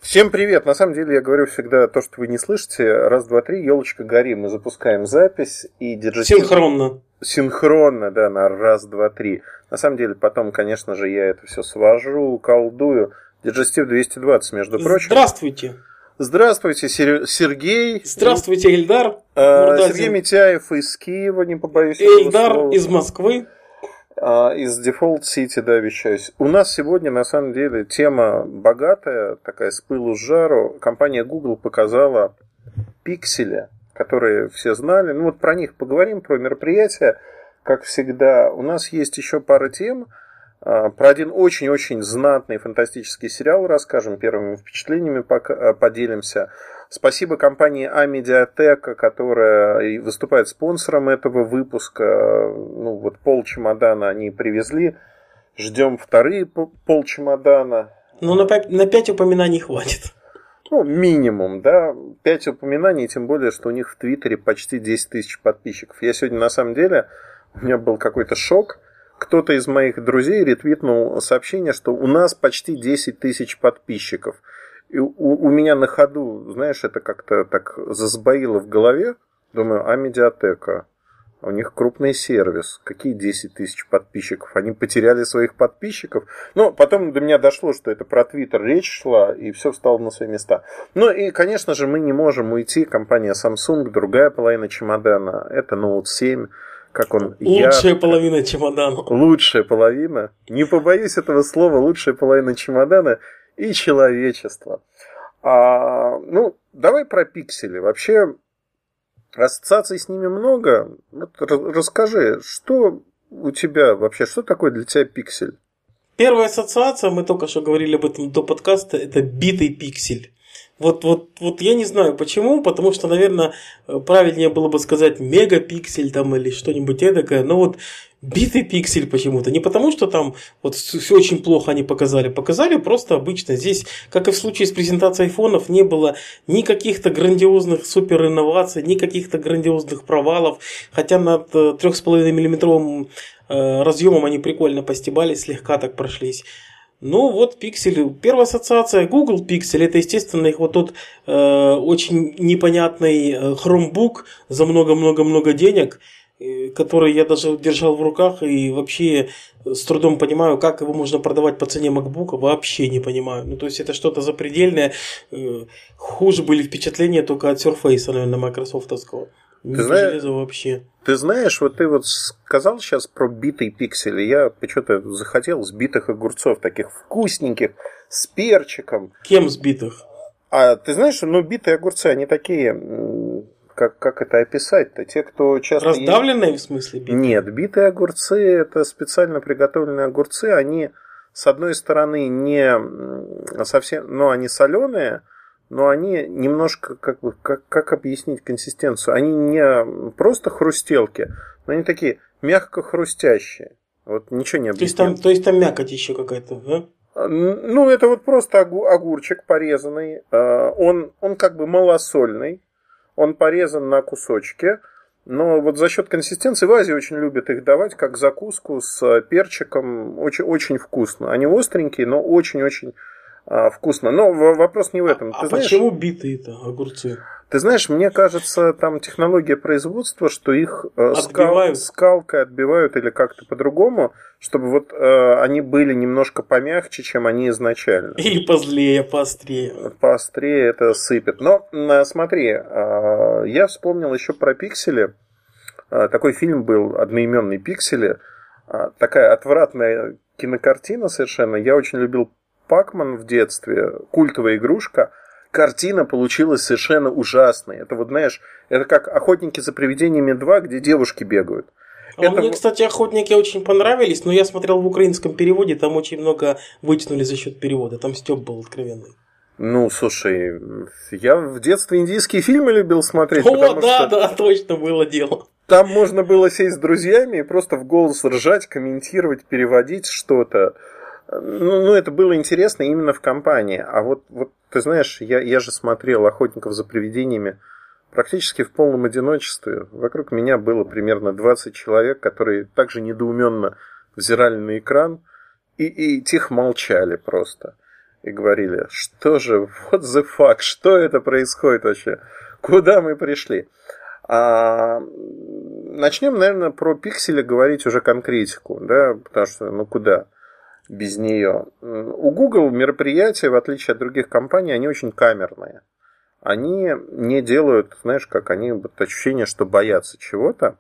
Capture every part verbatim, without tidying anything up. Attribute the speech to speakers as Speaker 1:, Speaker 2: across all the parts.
Speaker 1: Всем привет! На самом деле я говорю всегда то, что вы не слышите. Раз, два, три, елочка, гори. Мы запускаем запись и держите...
Speaker 2: Синхронно.
Speaker 1: Синхронно, да, на раз, два, три. На самом деле потом, конечно же, я это все свожу, колдую. Диджестив двести двадцать, между прочим.
Speaker 2: Здравствуйте.
Speaker 1: Здравствуйте, Сер... Сергей.
Speaker 2: Здравствуйте, Эльдар.
Speaker 1: Э, Сергей Митяев из Киева, не побоюсь этого
Speaker 2: Эльдар
Speaker 1: слова.
Speaker 2: из Москвы.
Speaker 1: Из Default City, да, вещаюсь. У нас сегодня, на самом деле, тема богатая, такая с пылу с жару. Компания Google показала пиксели, которые все знали. Ну, вот про них поговорим, про мероприятия. Как всегда, у нас есть еще пара тем. Про один очень-очень знатный фантастический сериал расскажем, первыми впечатлениями поделимся. Спасибо компании Амедиатека, которая выступает спонсором этого выпуска. Ну, вот пол чемодана они привезли. Ждем вторые пол чемодана.
Speaker 2: Ну, на пять, на пять упоминаний хватит.
Speaker 1: Ну, минимум, да. Пять упоминаний, тем более, что у них в Твиттере почти десять тысяч подписчиков. Я сегодня, на самом деле, у меня был какой-то шок. Кто-то из моих друзей ретвитнул сообщение, что у нас почти десять тысяч подписчиков. И у, у меня на ходу, знаешь, это как-то так засбоило в голове. Думаю, а Медиатека, у них крупный сервис. Какие десять тысяч подписчиков? Они потеряли своих подписчиков. Но потом до меня дошло, что это про Твиттер речь шла, и все встало на свои места. Ну и, конечно же, мы не можем уйти. Компания Samsung, другая половина чемодана, это Note семь. Как он
Speaker 2: лучшая
Speaker 1: ярко.
Speaker 2: половина чемодана.
Speaker 1: Лучшая половина. Не побоюсь этого слова, лучшая половина чемодана и человечества. А, ну, давай про пиксели. Вообще, ассоциаций с ними много. Вот расскажи, что у тебя вообще, что такое для тебя пиксель?
Speaker 2: Первая ассоциация, мы только что говорили об этом до подкаста, это битый пиксель. Вот, вот, вот я не знаю почему, потому что, наверное, правильнее было бы сказать мегапиксель там или что-нибудь эдакое, но вот битый пиксель почему-то. Не потому, что там вот все очень плохо они показали. Показали просто обычно. Здесь, как и в случае с презентацией айфонов, не было ни каких-то грандиозных супер инноваций, ни каких-то грандиозных провалов. Хотя над три с половиной миллиметровым разъемом они прикольно постебались, слегка так прошлись. Ну вот пиксель, первая ассоциация Google Pixel, это естественно их вот тот э, очень непонятный Chromebook за много-много-много денег, э, который я даже держал в руках и вообще с трудом понимаю, как его можно продавать по цене MacBook, вообще не понимаю. Ну то есть это что-то запредельное, э, хуже были впечатления только от Surface, наверное, майкрософтовского.
Speaker 1: Ты знаешь,
Speaker 2: вообще.
Speaker 1: Ты знаешь, вот ты вот сказал сейчас про битые пиксели. Я почему-то захотел сбитых огурцов, таких вкусненьких, с перчиком.
Speaker 2: Кем сбитых?
Speaker 1: А ты знаешь, ну, битые огурцы, они такие, как, как это описать-то? Те, кто часто...
Speaker 2: Раздавленные, в смысле, битые?
Speaker 1: Нет, битые огурцы, это специально приготовленные огурцы. Они, с одной стороны, не совсем... Ну, они соленые, но они немножко, как бы, как, как объяснить консистенцию? Они не просто хрустелки, но они такие мягко хрустящие. Вот ничего не объясню.
Speaker 2: То есть там, то есть там мякоть еще какая-то, да?
Speaker 1: Ну, это вот просто огурчик порезанный. Он, он как бы малосольный. Он порезан на кусочки. Но вот за счет консистенции в Азии очень любят их давать как закуску с перчиком. Очень, очень вкусно. Они остренькие, но очень-очень вкусно. Но вопрос не в этом.
Speaker 2: А,
Speaker 1: ты
Speaker 2: а
Speaker 1: знаешь,
Speaker 2: почему битые-то огурцы?
Speaker 1: Ты знаешь, мне кажется, там технология производства, что их скал, скалкой отбивают или как-то по-другому, чтобы вот э, они были немножко помягче, чем они изначально.
Speaker 2: Или позлее, поострее.
Speaker 1: Поострее это сыпет. Но э, смотри, э, я вспомнил еще про пиксели. Э, такой фильм был «Одноименные пиксели». Э, такая отвратная кинокартина совершенно. Я очень любил Пакман в детстве, культовая игрушка. Картина получилась совершенно ужасной. Это вот, знаешь, это как «Охотники за привидениями два», где девушки бегают.
Speaker 2: А
Speaker 1: это...
Speaker 2: Мне, кстати, «Охотники» очень понравились, но я смотрел в украинском переводе, там очень много вытянули за счет перевода. Там стёб был откровенный.
Speaker 1: Ну, слушай, я в детстве индийские фильмы любил смотреть.
Speaker 2: О, да, что... да, точно было дело.
Speaker 1: Там можно было сесть с друзьями и просто в голос ржать, комментировать, переводить что-то. Ну, ну, это было интересно именно в компании. А вот, вот ты знаешь, я, я же смотрел «Охотников за привидениями» практически в полном одиночестве. Вокруг меня было примерно двадцать человек, которые также недоуменно взирали на экран и, и тихо молчали просто. и говорили, что же, what the fuck, что это происходит вообще, куда мы пришли. А, начнем, наверное, про пиксели говорить уже конкретику, да, потому что, ну куда без нее. У Google мероприятия, в отличие от других компаний, они очень камерные. Они не делают, знаешь, как они, вот ощущение, что боятся чего-то.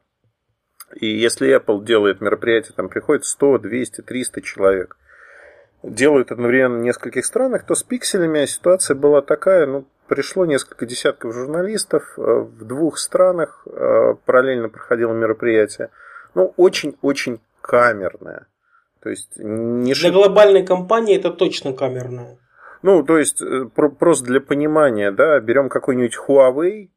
Speaker 1: И если Apple делает мероприятие, там приходит сто, двести, триста человек, делают одновременно в нескольких странах, то с пикселями ситуация была такая, ну, пришло несколько десятков журналистов, в двух странах параллельно проходило мероприятие. Ну, очень-очень камерное. То есть не
Speaker 2: для глобальной компании это точно камерное.
Speaker 1: Ну, то есть, просто для понимания, да, берем какой-нибудь Huawei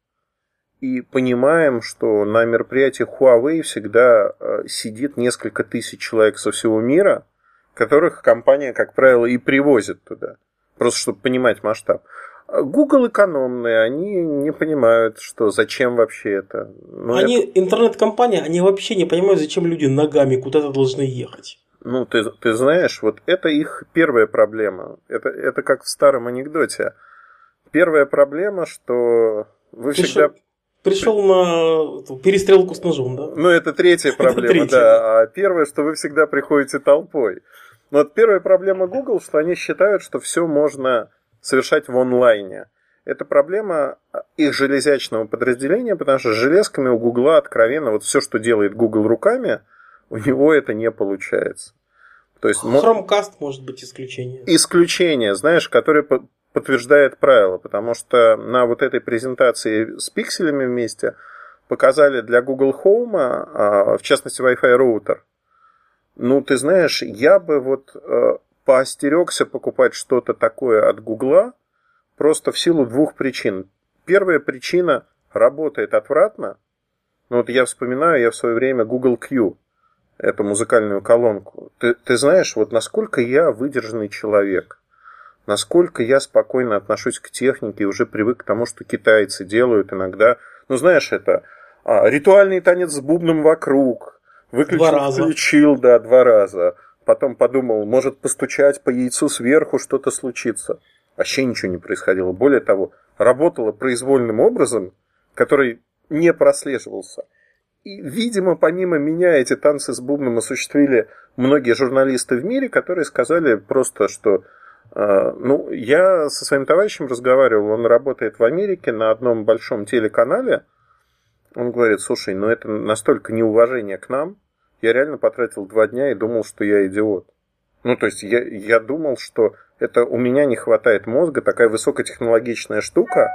Speaker 1: и понимаем, что на мероприятии Huawei всегда сидит несколько тысяч человек со всего мира, которых компания, как правило, и привозит туда. Просто чтобы понимать масштаб. Google экономные, они не понимают, что зачем вообще это.
Speaker 2: Ну, они, это... интернет-компания, они вообще не понимают, зачем люди ногами куда-то должны ехать.
Speaker 1: Ну, ты, ты знаешь, вот это их первая проблема. Это, это как в старом анекдоте. Первая проблема, что вы
Speaker 2: пришел,
Speaker 1: всегда...
Speaker 2: Пришел на перестрелку с ножом, да?
Speaker 1: Ну, это третья проблема, это третья. Да. А первая, что вы всегда приходите толпой. Но вот первая проблема Google, что они считают, что все можно совершать в онлайне. Это проблема их железячного подразделения, потому что с железками у Google откровенно, вот все, что делает Google руками, у него это не получается. То есть,
Speaker 2: Chromecast может быть исключение.
Speaker 1: Исключение, знаешь, которое подтверждает правило, потому что на вот этой презентации с пикселями вместе показали для Google Home, в частности Wi-Fi роутер. Ну, ты знаешь, я бы вот поостерегся покупать что-то такое от Гугла просто в силу двух причин. Первая причина – работает отвратно. Ну, вот я вспоминаю, я в свое время Google Q, эту музыкальную колонку. Ты, ты знаешь, вот насколько я выдержанный человек, насколько я спокойно отношусь к технике и уже привык к тому, что китайцы делают иногда. Ну, знаешь, это а, ритуальный танец с бубном вокруг. Выключил, включил, да, два раза. Потом подумал, может постучать по яйцу сверху, что-то случится. Вообще ничего не происходило. Более того, работало произвольным образом, который не прослеживался. И, видимо, помимо меня эти танцы с бубном осуществили многие журналисты в мире, которые сказали просто, что... Э, ну, я со своим товарищем разговаривал, он работает в Америке на одном большом телеканале. Он говорит, слушай, ну это настолько неуважение к нам. Я реально потратил два дня и думал, что я идиот. Ну, то есть, я, я думал, что это у меня не хватает мозга, такая высокотехнологичная штука,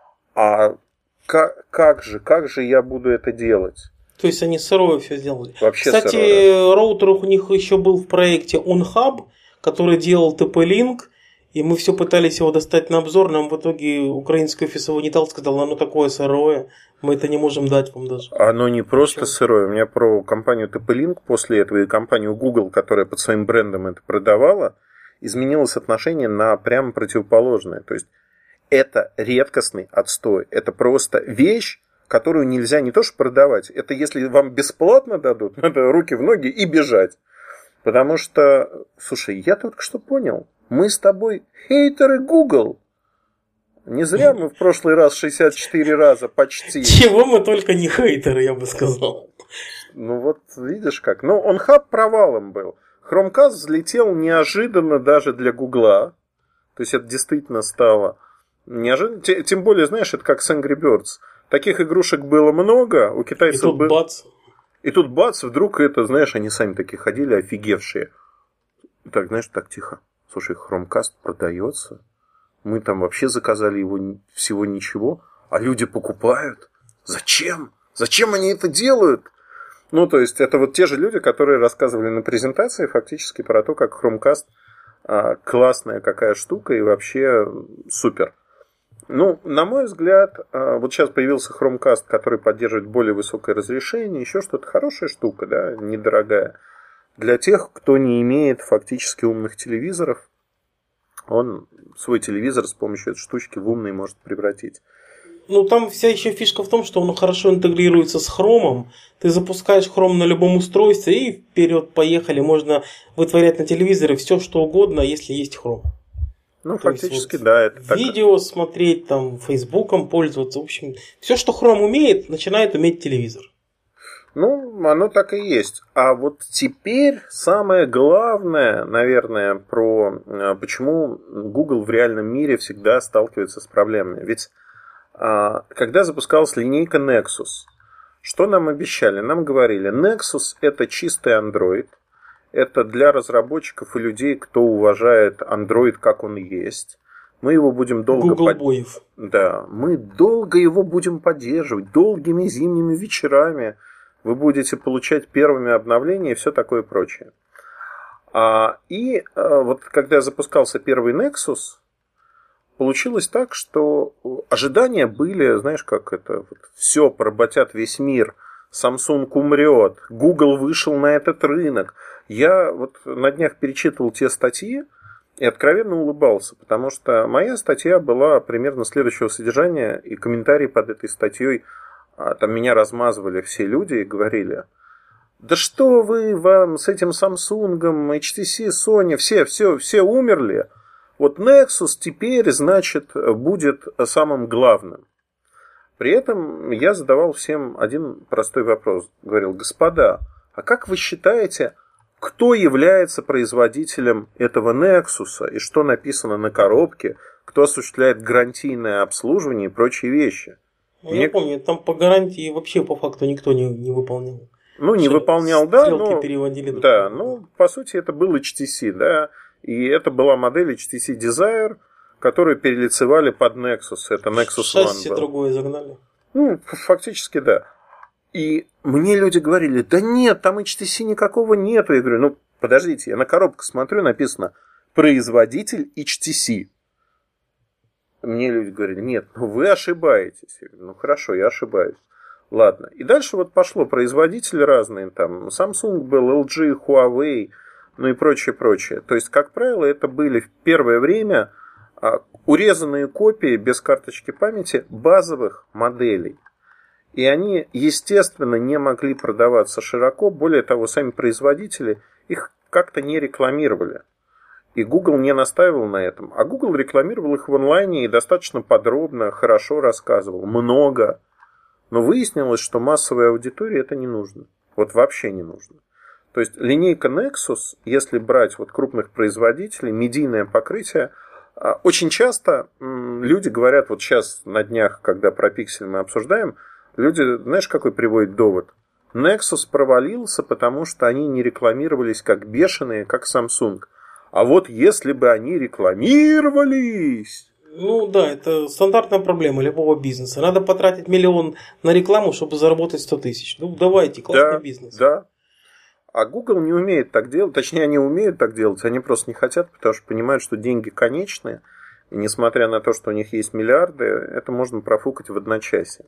Speaker 1: а... Как, как же, как же я буду это делать?
Speaker 2: То есть они сырое все сделали.
Speaker 1: Вообще
Speaker 2: Кстати,
Speaker 1: сырое.
Speaker 2: Роутер у них еще был в проекте OnHub, который делал ти пи-Link, и мы все пытались его достать на обзор, нам в итоге украинский офис его не дал, сказал, оно такое сырое, мы это не можем дать вам даже.
Speaker 1: Оно не просто Почему? Сырое. У меня про компанию ти пи-Link после этого и компанию Google, которая под своим брендом это продавала, изменилось отношение на прямо противоположное. То есть это редкостный отстой. Это просто вещь, которую нельзя не то что продавать. Это если вам бесплатно дадут, надо руки в ноги и бежать. Потому что, слушай, я только что понял. Мы с тобой хейтеры Google. Не зря мы в прошлый раз шестьдесят четыре раза почти.
Speaker 2: Чего мы только не хейтеры, я бы сказал.
Speaker 1: Ну вот видишь как. Ну, OnHub провалом был. Chromecast взлетел неожиданно даже для Гугла. То есть это действительно стало... Неожиданно. Тем более, знаешь, это как с Angry Birds. Таких игрушек было много, у китайцев... И
Speaker 2: тут
Speaker 1: был...
Speaker 2: бац.
Speaker 1: И тут бац, вдруг это, знаешь, они сами такие ходили, офигевшие. Так, знаешь, так тихо. Слушай, Chromecast продается. Мы там вообще заказали его всего ничего, а люди покупают. Зачем? Зачем они это делают? Ну, то есть, это вот те же люди, которые рассказывали на презентации фактически про то, как Chromecast а, классная какая штука и вообще супер. Ну, на мой взгляд, вот сейчас появился Chromecast, который поддерживает более высокое разрешение, еще что-то, хорошая штука, да, недорогая. Для тех, кто не имеет фактически умных телевизоров, он свой телевизор с помощью этой штучки в умный может превратить.
Speaker 2: Ну, там вся еще фишка в том, что он хорошо интегрируется с хромом. Ты запускаешь хром на любом устройстве и вперед поехали. Можно вытворять на телевизоре все, что угодно, если есть хром.
Speaker 1: Ну,
Speaker 2: То
Speaker 1: фактически,
Speaker 2: вот
Speaker 1: да. Это
Speaker 2: видео так... смотреть, там, Фейсбуком пользоваться. В общем, все, что Chrome умеет, начинает уметь телевизор.
Speaker 1: Ну, оно так и есть. А вот теперь самое главное, наверное, про почему Google в реальном мире всегда сталкивается с проблемами. Ведь когда запускалась линейка Nexus, что нам обещали? Нам говорили, Nexus это чистый Android. Это для разработчиков и людей, кто уважает Android, как он есть. Мы его будем долго...
Speaker 2: Google боев.
Speaker 1: Под... Да, мы долго его будем поддерживать, долгими зимними вечерами. Вы будете получать первыми обновления и все такое прочее. А, и а, вот когда запускался первый Nexus, получилось так, что ожидания были, знаешь, как это, вот, все, поработят весь мир, Samsung умрет, Google вышел на этот рынок. Я вот на днях перечитывал те статьи и откровенно улыбался, потому что моя статья была примерно следующего содержания, и комментарии под этой статьей, там меня размазывали все люди и говорили, да что вы вам с этим Samsung, эйч ти си, Sony, все, все, все умерли. Вот Nexus теперь, значит, будет самым главным. При этом я задавал всем один простой вопрос. Говорил, господа, а как вы считаете, кто является производителем этого Nexus и что написано на коробке, кто осуществляет гарантийное обслуживание и прочие вещи?
Speaker 2: Ну, Мне... Я помню, там по гарантии вообще по факту никто не, не выполнял.
Speaker 1: Ну, не Все выполнял, да, но,
Speaker 2: переводили
Speaker 1: да, ну, по сути, это был эйч ти си, да, и это была модель эйч ти си Desire, которую перелицевали под Nexus, это Nexus
Speaker 2: Шасси
Speaker 1: One был.
Speaker 2: другое загнали.
Speaker 1: Ну, фактически, да. И мне люди говорили, да нет, там эйч ти си никакого нету. Я говорю, ну, подождите, я на коробку смотрю, написано производитель эйч ти си. Мне люди говорили, нет, ну вы ошибаетесь. Я говорю, ну хорошо, я ошибаюсь. Ладно. И дальше вот пошло производители разные. Там Samsung был, эл джи, Huawei, ну и прочее, прочее. То есть, как правило, это были в первое время урезанные копии без карточки памяти базовых моделей. И они, естественно, не могли продаваться широко. Более того, сами производители их как-то не рекламировали. И Google не настаивал на этом. А Google рекламировал их в онлайне и достаточно подробно, хорошо рассказывал. Много. Но выяснилось, что массовой аудитории это не нужно. Вот вообще не нужно. То есть линейка Nexus, если брать вот крупных производителей, медийное покрытие, очень часто люди говорят, вот сейчас на днях, когда про Pixel мы обсуждаем, люди, знаешь, какой приводят довод? Nexus провалился, потому что они не рекламировались как бешеные, как Samsung. А вот если бы они рекламировались...
Speaker 2: Ну да, это стандартная проблема любого бизнеса. Надо потратить миллион на рекламу, чтобы заработать сто тысяч. Ну давайте, классный
Speaker 1: да,
Speaker 2: бизнес.
Speaker 1: Да. А Google не умеет так делать. Точнее, они умеют так делать, они просто не хотят, потому что понимают, что деньги конечные. И несмотря на то, что у них есть миллиарды, это можно профукать в одночасье.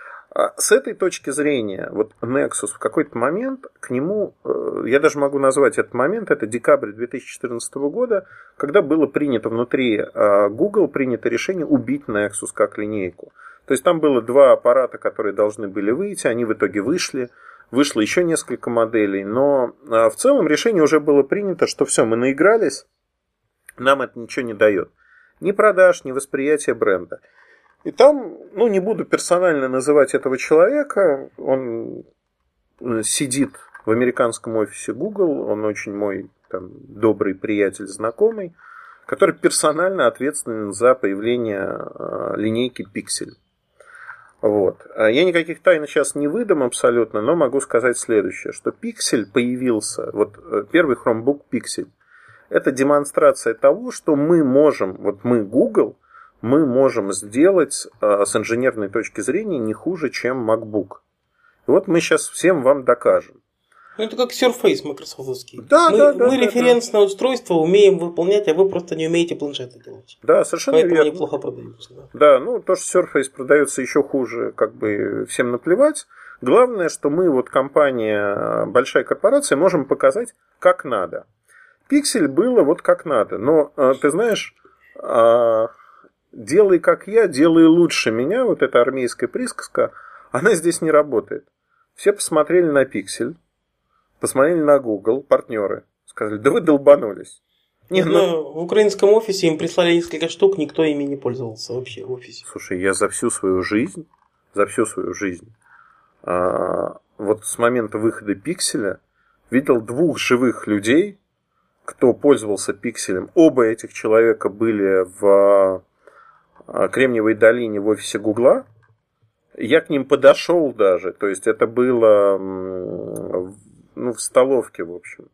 Speaker 1: С этой точки зрения, вот Nexus в какой-то момент к нему, я даже могу назвать этот момент, это декабрь две тысячи четырнадцатого года, когда было принято внутри Google, принято решение убить Nexus как линейку. То есть там было два аппарата, которые должны были выйти, они в итоге вышли, вышло еще несколько моделей, но в целом решение уже было принято, что все, мы наигрались, нам это ничего не дает. Ни продаж, ни восприятия бренда. И там, ну, не буду персонально называть этого человека, он сидит в американском офисе Google, он очень мой там, добрый приятель, знакомый, который персонально ответственен за появление э, линейки Pixel. Вот. Я никаких тайн сейчас не выдам абсолютно, но могу сказать следующее, что Pixel появился, вот первый Chromebook Pixel, это демонстрация того, что мы можем, вот мы Google, мы можем сделать э, с инженерной точки зрения не хуже, чем MacBook. И вот мы сейчас всем вам докажем.
Speaker 2: Ну, это как Surface майкрософтовский.
Speaker 1: Да,
Speaker 2: мы
Speaker 1: да, да,
Speaker 2: мы
Speaker 1: да,
Speaker 2: референсное да. устройство умеем выполнять, а вы просто не умеете планшеты делать.
Speaker 1: Да, совершенно
Speaker 2: Поэтому
Speaker 1: верно.
Speaker 2: они плохо продаются. Да.
Speaker 1: да, ну то, что Surface продается еще хуже, как бы всем наплевать. Главное, что мы, вот компания, большая корпорация, можем показать, как надо. Pixel было вот как надо. Но, ты знаешь... «Делай как я, делай лучше меня», вот эта армейская присказка, она здесь не работает. Все посмотрели на Pixel, посмотрели на Google, партнеры, сказали, да вы долбанулись. Не,
Speaker 2: ну... В украинском офисе им прислали несколько штук, никто ими не пользовался вообще в офисе.
Speaker 1: Слушай, я за всю свою жизнь, за всю свою жизнь, а, вот с момента выхода пикселя видел двух живых людей, кто пользовался пикселем. Оба этих человека были в Кремниевой долине в офисе Гугла. Я к ним подошел даже, то есть это было ну, в столовке, в общем,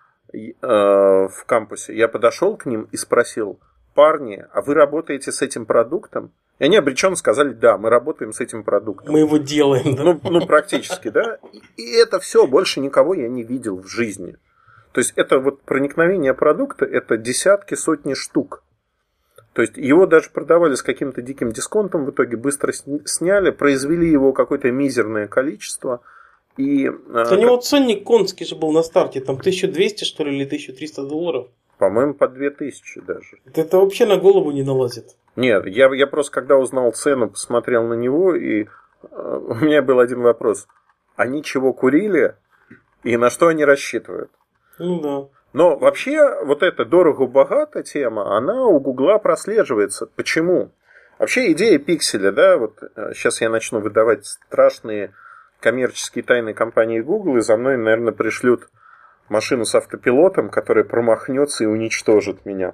Speaker 1: в кампусе. Я подошел к ним и спросил: парни, а вы работаете с этим продуктом? И они обреченно сказали: да, мы работаем с этим продуктом.
Speaker 2: Мы его делаем, да?
Speaker 1: Ну, ну практически, да. И это все, больше никого я не видел в жизни. То есть это вот проникновение продукта, это десятки, сотни штук. То есть его даже продавали с каким-то диким дисконтом, в итоге быстро сняли, произвели его какое-то мизерное количество. И,
Speaker 2: у него ценник конский же был на старте, там тысяча двести, что ли, или тысяча триста долларов.
Speaker 1: По-моему, по две тысячи даже.
Speaker 2: Это вообще на голову не налазит.
Speaker 1: Нет, я, я просто когда узнал цену, посмотрел на него, и э, у меня был один вопрос. Они чего курили и на что они рассчитывают?
Speaker 2: Ну да.
Speaker 1: Но вообще вот эта дорого-богато тема, она у Гугла прослеживается. Почему? Вообще идея пикселя, да, вот сейчас я начну выдавать страшные коммерческие тайны компании Google, и за мной, наверное, пришлют машину с автопилотом, которая промахнется и уничтожит меня.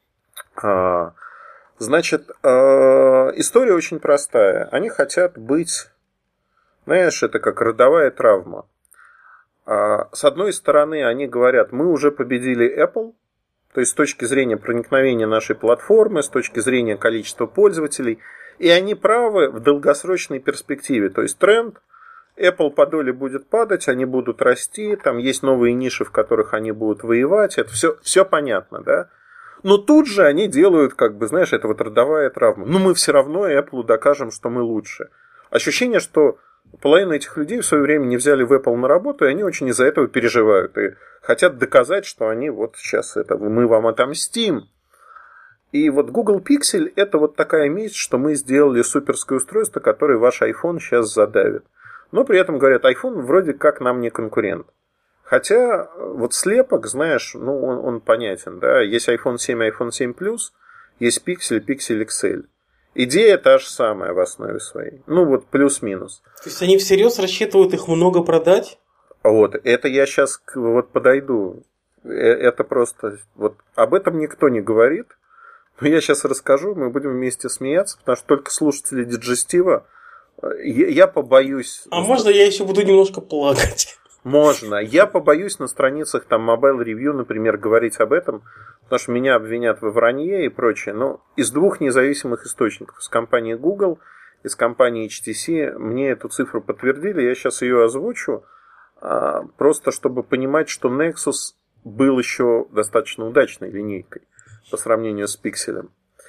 Speaker 1: А, значит, а, история очень простая. Они хотят быть, знаешь, это как родовая травма. А, с одной стороны, они говорят: мы уже победили Apple, то есть с точки зрения проникновения нашей платформы, с точки зрения количества пользователей, и они правы в долгосрочной перспективе, то есть тренд. Apple по доле будет падать, они будут расти, там есть новые ниши, в которых они будут воевать, это все, все понятно, да? Но тут же они делают, как бы, знаешь, это вот родовая травма. Но мы все равно Apple докажем, что мы лучше. Ощущение, что половина этих людей в свое время не взяли в Apple на работу, и они очень из-за этого переживают. И хотят доказать, что они вот сейчас это, мы вам отомстим. И вот Google Pixel это вот такая месть, что мы сделали суперское устройство, которое ваш iPhone сейчас задавит. Но при этом говорят, iPhone вроде как нам не конкурент. Хотя вот слепок, знаешь, ну он, он понятен, да. Есть айфон семь, айфон семь плюс, есть Pixel, Pixel икс эль. Идея та же самая в основе своей. Ну вот плюс-минус.
Speaker 2: То есть они всерьез рассчитывают их много продать?
Speaker 1: Вот, это я сейчас вот подойду. Это просто, вот об этом никто не говорит. Но я сейчас расскажу, мы будем вместе смеяться, потому что только слушатели Диджестива. Я, я побоюсь...
Speaker 2: А можно я еще буду немножко плакать?
Speaker 1: Можно. Я побоюсь на страницах там Mobile Review, например, говорить об этом, потому что меня обвинят во вранье и прочее. Но из двух независимых источников, из компании Google, из компании эйч ти си, мне эту цифру подтвердили. Я сейчас ее озвучу, просто чтобы понимать, что Nexus был еще достаточно удачной линейкой по сравнению с Pixel.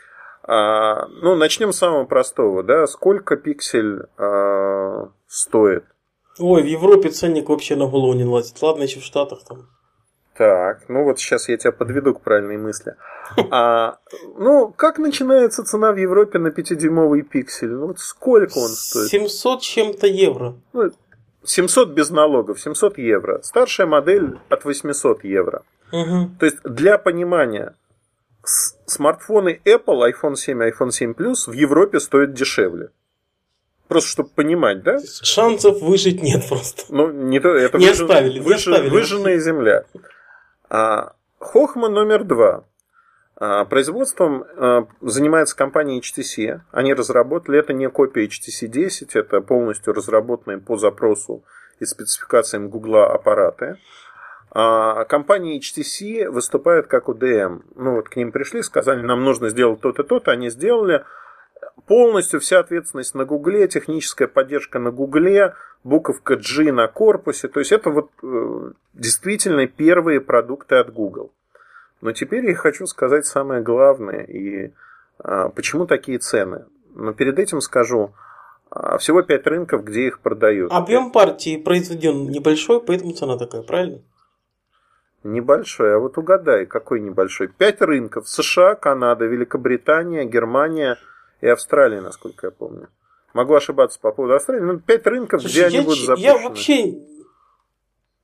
Speaker 1: А, ну, начнем с самого простого, да, сколько пиксель а, стоит?
Speaker 2: Ой, в Европе ценник вообще на голову не лазит, ладно, еще в Штатах там.
Speaker 1: Так, ну вот сейчас я тебя подведу к правильной мысли. А, ну, как начинается цена в Европе на пятидюймовый пиксель? Ну, вот сколько он стоит?
Speaker 2: семьсот чем-то евро.
Speaker 1: Ну, семьсот без налогов, семьсот евро. Старшая модель от восемьсот евро.
Speaker 2: Угу.
Speaker 1: То есть, для понимания, смартфоны Apple, айфон семь, айфон семь плюс в Европе стоят дешевле. Просто чтобы понимать, да?
Speaker 2: Шансов выжить нет просто.
Speaker 1: Ну, не то, это
Speaker 2: не
Speaker 1: выжен,
Speaker 2: оставили, не
Speaker 1: выжен,
Speaker 2: оставили.
Speaker 1: Выжженная земля. А, Хохма номер два. А, производством а, занимается компания эйч ти си. Они разработали, это не копия эйч ти си десять, это полностью разработанные по запросу и спецификациям Гугла аппараты. А компания эйч ти си выступает как о дэ эм. Ну, вот к ним пришли, сказали, нам нужно сделать то-то, то-то. Они сделали. Полностью вся ответственность на Гугле, техническая поддержка на Гугле, буковка G на корпусе. То есть, это вот э, действительно первые продукты от Google. Но теперь я хочу сказать самое главное. И э, почему такие цены. Но перед этим скажу. Э, всего пять рынков, где их продают.
Speaker 2: Объем партии произведен небольшой, поэтому цена такая, правильно?
Speaker 1: Небольшой, а вот угадай, какой небольшой. Пять рынков. США, Канада, Великобритания, Германия и Австралия, насколько я помню. Могу ошибаться по поводу Австралии, но пять рынков,
Speaker 2: Слушай,
Speaker 1: где
Speaker 2: я,
Speaker 1: они будут запущены.
Speaker 2: Я вообще...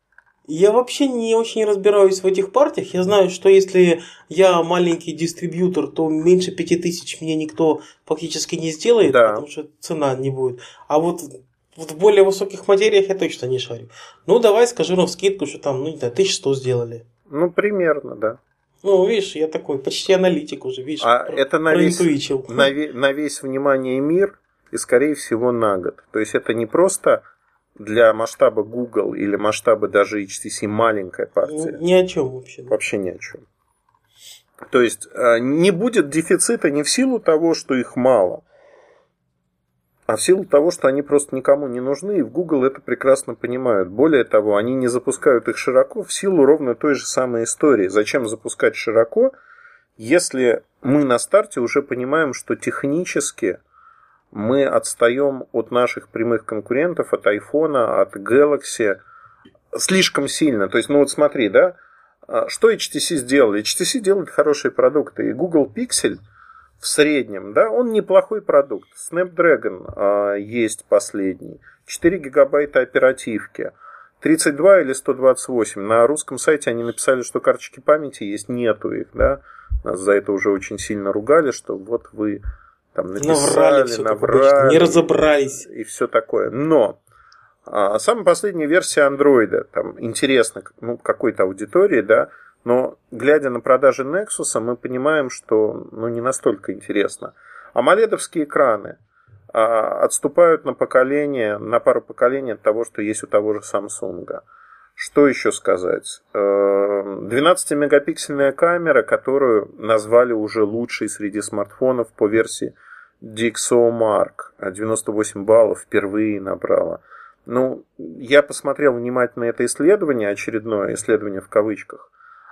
Speaker 2: Я вообще не очень разбираюсь в этих партиях. Я знаю, что если я маленький дистрибьютор, то меньше пяти тысяч мне никто фактически не сделает,
Speaker 1: Да.
Speaker 2: потому что цена не будет. А вот, вот в более высоких материях я точно не шарю. Ну, давай скажу навскидку, что там, ну, не знаю, тысяча сто сделали.
Speaker 1: Ну, примерно, да.
Speaker 2: Ну, видишь, я такой почти аналитик уже, видишь,
Speaker 1: А
Speaker 2: про-
Speaker 1: это на весь,
Speaker 2: проинтуичил.
Speaker 1: на, ве- на весь внимание мир и, скорее всего, на год. То есть это не просто для масштаба Google или масштаба даже эйч ти си маленькая партия.
Speaker 2: Ни о чем вообще.
Speaker 1: Вообще ни о чем. То есть не будет дефицита не в силу того, что их мало, а в силу того, что они просто никому не нужны, и в Google это прекрасно понимают. Более того, они не запускают их широко в силу ровно той же самой истории. Зачем запускать широко, если мы на старте уже понимаем, что технически мы отстаем от наших прямых конкурентов, от iPhone, от Galaxy слишком сильно. То есть, ну вот смотри, да, что эйч ти си сделали? эйч ти си делает хорошие продукты, и Google Pixel в среднем, да, он неплохой продукт. Snapdragon а, есть последний, четыре гигабайта оперативки, тридцать два или сто двадцать восемь. На русском сайте они написали, что карточки памяти есть, нету их, да. Нас за это уже очень сильно ругали, что вот вы там написали,
Speaker 2: наврали,
Speaker 1: наврали,
Speaker 2: не разобрались.
Speaker 1: И все такое. Но а, самая последняя версия Android, там интересно, ну, какой-то аудитории, да, но глядя на продажи Nexus, мы понимаем, что ну, не настолько интересно. AMOLED-овские экраны а, отступают на поколение, на пару поколений от того, что есть у того же Samsung. Что еще сказать? двенадцатимегапиксельная камера, которую назвали уже лучшей среди смартфонов по версии DxOMark. девяносто восемь баллов впервые набрала. Ну, я посмотрел внимательно это исследование, очередное исследование в кавычках.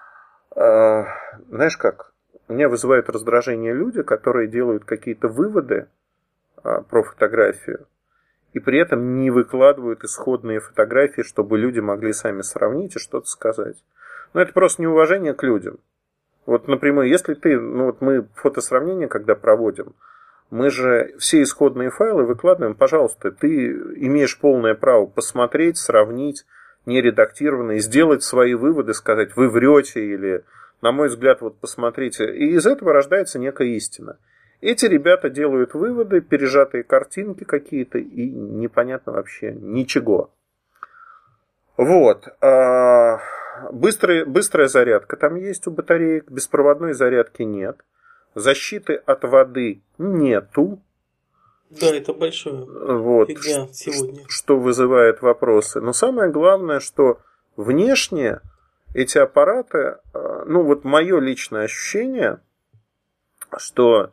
Speaker 1: Знаешь как? Меня вызывают раздражение люди, которые делают какие-то выводы про фотографию, и при этом не выкладывают исходные фотографии, чтобы люди могли сами сравнить и что-то сказать. Но это просто неуважение к людям. Вот напрямую, если ты, ну вот мы фотосравнение, когда проводим, мы же все исходные файлы выкладываем, пожалуйста, ты имеешь полное право посмотреть, сравнить, нередактированно, и сделать свои выводы, сказать, вы врете, или, на мой взгляд, вот посмотрите. И из этого рождается некая истина. Эти ребята делают выводы, пережатые картинки какие-то, и непонятно вообще ничего. Вот. Быстрая, быстрая зарядка там есть у батареек, беспроводной зарядки нет. Защиты от воды нету.
Speaker 2: Да, это большое
Speaker 1: вот,
Speaker 2: фигня сегодня.
Speaker 1: Что вызывает вопросы. Но самое главное, что внешне эти аппараты, ну вот мое личное ощущение, что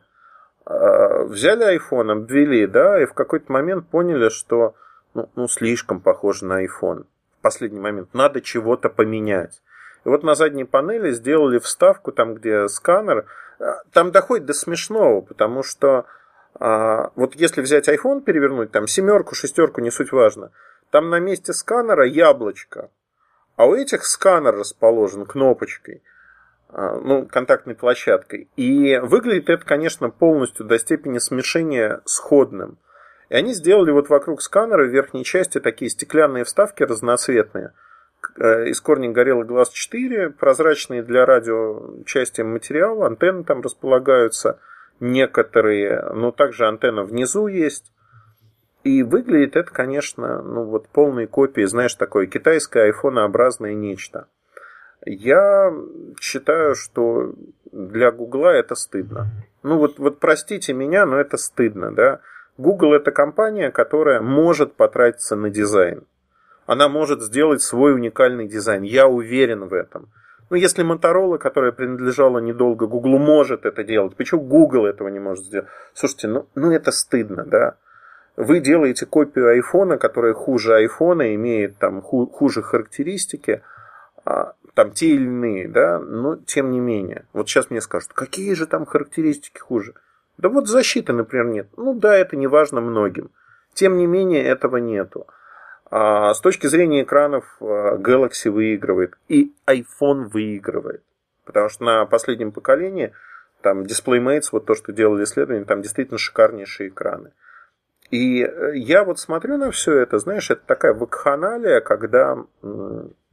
Speaker 1: взяли iPhone, обвели, да, и в какой-то момент поняли, что ну, ну слишком похоже на iPhone. В последний момент надо чего-то поменять. И вот на задней панели сделали вставку, там где сканер, там доходит до смешного, потому что а, вот если взять iPhone, перевернуть, там семерку, шестерку, не суть важно, там на месте сканера яблочко, а у этих сканер расположен кнопочкой, а, ну, контактной площадкой. И выглядит это, конечно, полностью до степени смешения сходным. И они сделали вот вокруг сканера в верхней части такие стеклянные вставки разноцветные. Из Corning Gorilla Glass четыре, прозрачные для радиоучастия материала, антенны там располагаются некоторые, но также антенна внизу есть. И выглядит это, конечно, ну вот полной копией, знаешь, такое китайское айфонообразное нечто. Я считаю, что для Гугла это стыдно. Ну вот, вот простите меня, но это стыдно, да. Google это компания, которая может потратиться на дизайн. Она может сделать свой уникальный дизайн. Я уверен в этом. Ну, если Motorola, которая принадлежала недолго Google, может это делать, почему Google этого не может сделать? Слушайте, ну, ну это стыдно, да. Вы делаете копию айфона, которая хуже айфона, имеет там ху- хуже характеристики, а, там те или иные, да, но тем не менее. Вот сейчас мне скажут, какие же там характеристики хуже? Да вот защиты, например, нет. Ну да, это не важно многим. Тем не менее, этого нету. А с точки зрения экранов Galaxy выигрывает. И iPhone выигрывает. Потому что на последнем поколении там DisplayMates, вот то, что делали исследования, там действительно шикарнейшие экраны. И я вот смотрю на все это, знаешь, это такая вакханалия, когда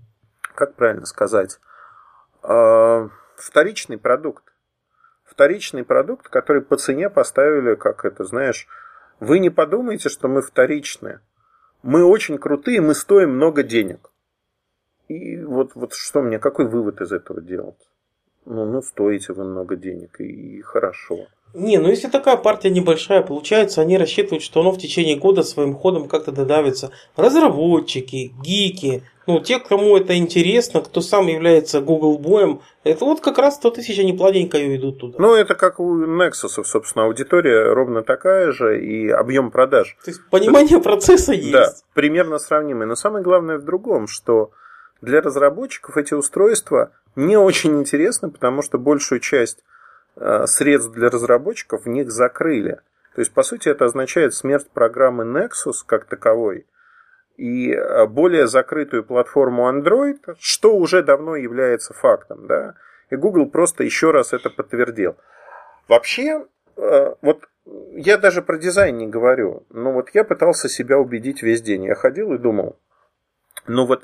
Speaker 1: как правильно сказать, э, вторичный продукт. Вторичный продукт, который по цене поставили, как это, знаешь, вы не подумайте, что мы вторичные. Мы очень крутые, мы стоим много денег. И вот, вот что мне, какой вывод из этого делать? Ну, ну, стоите вы много денег, и, и хорошо.
Speaker 2: Не, ну если такая партия небольшая, получается, они рассчитывают, что оно в течение года своим ходом как-то додавится. Разработчики, гики, ну те, кому это интересно, кто сам является Google боем, это вот как раз сто тысяч они плавненько и идут туда.
Speaker 1: Ну, это как у Nexus, собственно, аудитория ровно такая же, и объем продаж.
Speaker 2: То есть понимание То, процесса есть.
Speaker 1: Да, примерно сравнимый. Но самое главное в другом, что для разработчиков эти устройства не очень интересны, потому что большую часть средств для разработчиков в них закрыли. То есть, по сути, это означает смерть программы Nexus как таковой и более закрытую платформу Android, что уже давно является фактом. Да? И Google просто еще раз это подтвердил. Вообще, вот я даже про дизайн не говорю, но вот я пытался себя убедить весь день. Я ходил и думал, ну вот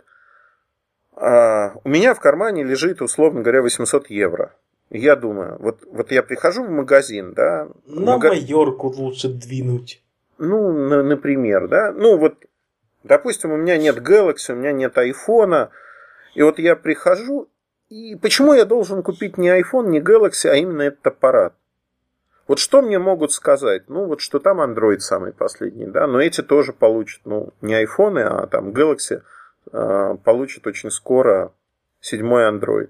Speaker 1: у меня в кармане лежит, условно говоря, восемьсот евро. Я думаю, вот, вот я прихожу в магазин, да.
Speaker 2: На
Speaker 1: мага...
Speaker 2: Майорку лучше двинуть.
Speaker 1: Ну, на, например, да. Ну, вот, допустим, у меня нет Galaxy, у меня нет айфона. И вот я прихожу, и почему я должен купить не iPhone, не Galaxy, а именно этот аппарат? Вот что мне могут сказать? Ну, вот что там Android самый последний, да. Но эти тоже получат, ну, не айфоны, а там Galaxy э, получат очень скоро седьмой Android.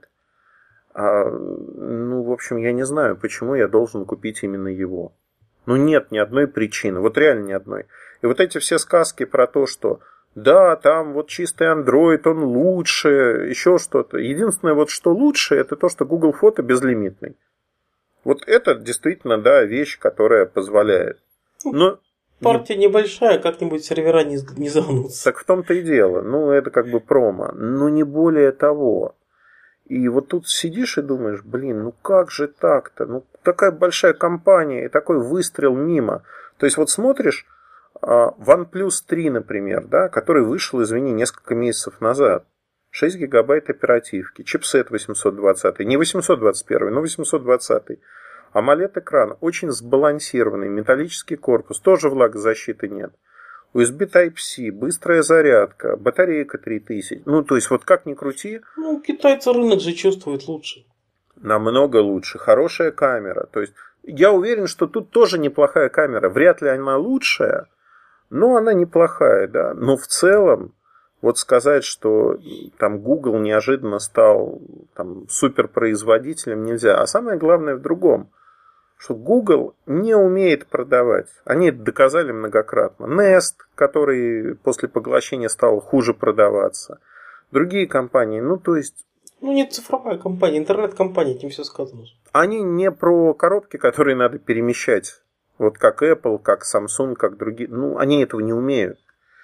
Speaker 1: А, ну, в общем, я не знаю, почему я должен купить именно его. Ну, нет ни одной причины. Вот реально ни одной. И вот эти все сказки про то, что да, там вот чистый Android, он лучше, еще что-то. Единственное, вот что лучше, это то, что Google Фото безлимитный. Вот это действительно, да, вещь, которая позволяет. Но
Speaker 2: партия не... небольшая, как-нибудь сервера не, не загнутся.
Speaker 1: Так в том-то и дело. Ну, это как бы промо. Но не более того. И вот тут сидишь и думаешь, блин, ну как же так-то? Ну, такая большая компания и такой выстрел мимо. То есть, вот смотришь OnePlus три, например, да, который вышел, извини, несколько месяцев назад. шесть гигабайт оперативки, чипсет восемьсот двадцать, не восемьсот двадцать один, но восемьсот двадцать. AMOLED-экран, очень сбалансированный, металлический корпус, тоже влагозащиты нет. ю эс би Type-C, быстрая зарядка, батарейка три тысячи. Ну, то есть, вот как ни крути.
Speaker 2: Ну, китайцы рынок же чувствуют лучше.
Speaker 1: Намного лучше. Хорошая камера. То есть, я уверен, что тут тоже неплохая камера. Вряд ли она лучшая, но она неплохая, да. Но в целом, вот сказать, что там Google неожиданно стал там, суперпроизводителем, нельзя. А самое главное в другом. Что Google не умеет продавать. Они это доказали многократно. Nest, который после поглощения стал хуже продаваться. Другие компании, ну то есть...
Speaker 2: Ну не цифровая компания, интернет-компания, этим все сказано.
Speaker 1: Они не про коробки, которые надо перемещать. Вот как Apple, как Samsung, как другие. Ну, они этого не умеют.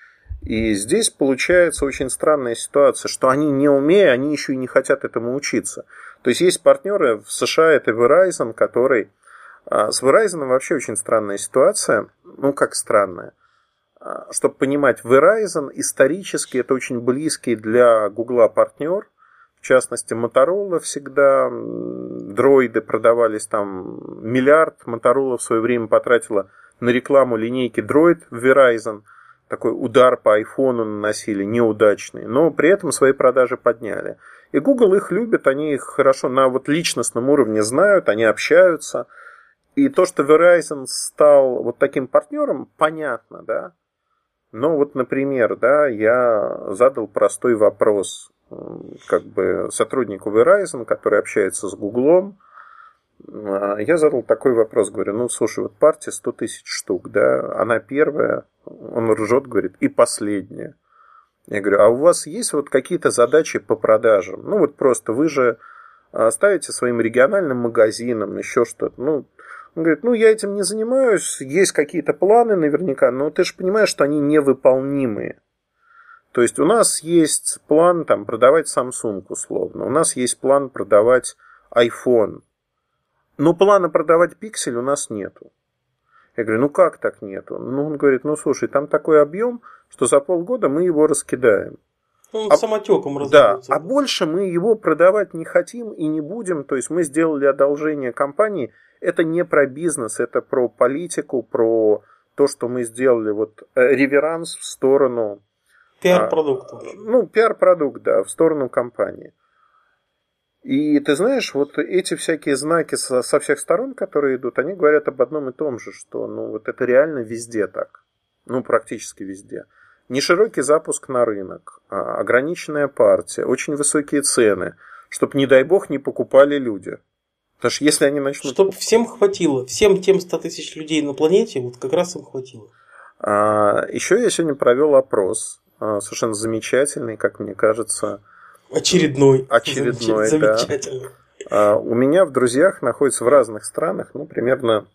Speaker 1: И здесь получается очень странная ситуация, что они не умея, они еще и не хотят этому учиться. То есть есть партнеры в США, это Verizon, который... С Verizon вообще очень странная ситуация. Ну, как странная. Чтобы понимать, Verizon исторически это очень близкий для Гугла партнер. В частности, Motorola всегда. Дроиды продавались там миллиард. Motorola в свое время потратила на рекламу линейки Droid в Verizon. Такой удар по айфону наносили, неудачный. Но при этом свои продажи подняли. И Google их любит, они их хорошо на вот личностном уровне знают, они общаются. И то, что Verizon стал вот таким партнером, понятно, да. Но вот, например, да, я задал простой вопрос как бы сотруднику Verizon, который общается с Гуглом. Я задал такой вопрос, говорю, ну, слушай, вот партия сто тысяч штук, да, она первая, он ржет, говорит, и последняя. Я говорю, а у вас есть вот какие-то задачи по продажам? Ну, вот просто вы же ставите своим региональным магазинам еще что-то, ну, он говорит, ну, я этим не занимаюсь, есть какие-то планы наверняка, но ты же понимаешь, что они невыполнимые. То есть, у нас есть план там, продавать Samsung условно, у нас есть план продавать iPhone, но плана продавать Pixel у нас нету. Я говорю, ну, как так нету? Ну, он говорит, ну, слушай, там такой объем, что за полгода мы его раскидаем.
Speaker 2: Он
Speaker 1: а,
Speaker 2: самотеком
Speaker 1: да,
Speaker 2: развивается.
Speaker 1: А больше мы его продавать не хотим и не будем. То есть мы сделали одолжение компании. Это не про бизнес, это про политику, про то, что мы сделали вот реверанс в сторону...
Speaker 2: Пиар-продукта.
Speaker 1: Ну, пиар-продукт, да, в сторону компании. И ты знаешь, вот эти всякие знаки со, со всех сторон, которые идут, они говорят об одном и том же, что ну вот это реально везде так. Ну, практически везде. Неширокий запуск на рынок, ограниченная партия, очень высокие цены, чтобы, не дай бог, не покупали люди. Потому что если они начнут...
Speaker 2: Чтобы всем хватило, всем тем ста тысяч людей на планете, вот как раз им хватило.
Speaker 1: А, еще я сегодня провел опрос, совершенно замечательный, как мне кажется.
Speaker 2: Очередной.
Speaker 1: Очередной,
Speaker 2: Замечательный.
Speaker 1: Да. У меня в друзьях находится в разных странах, ну, примерно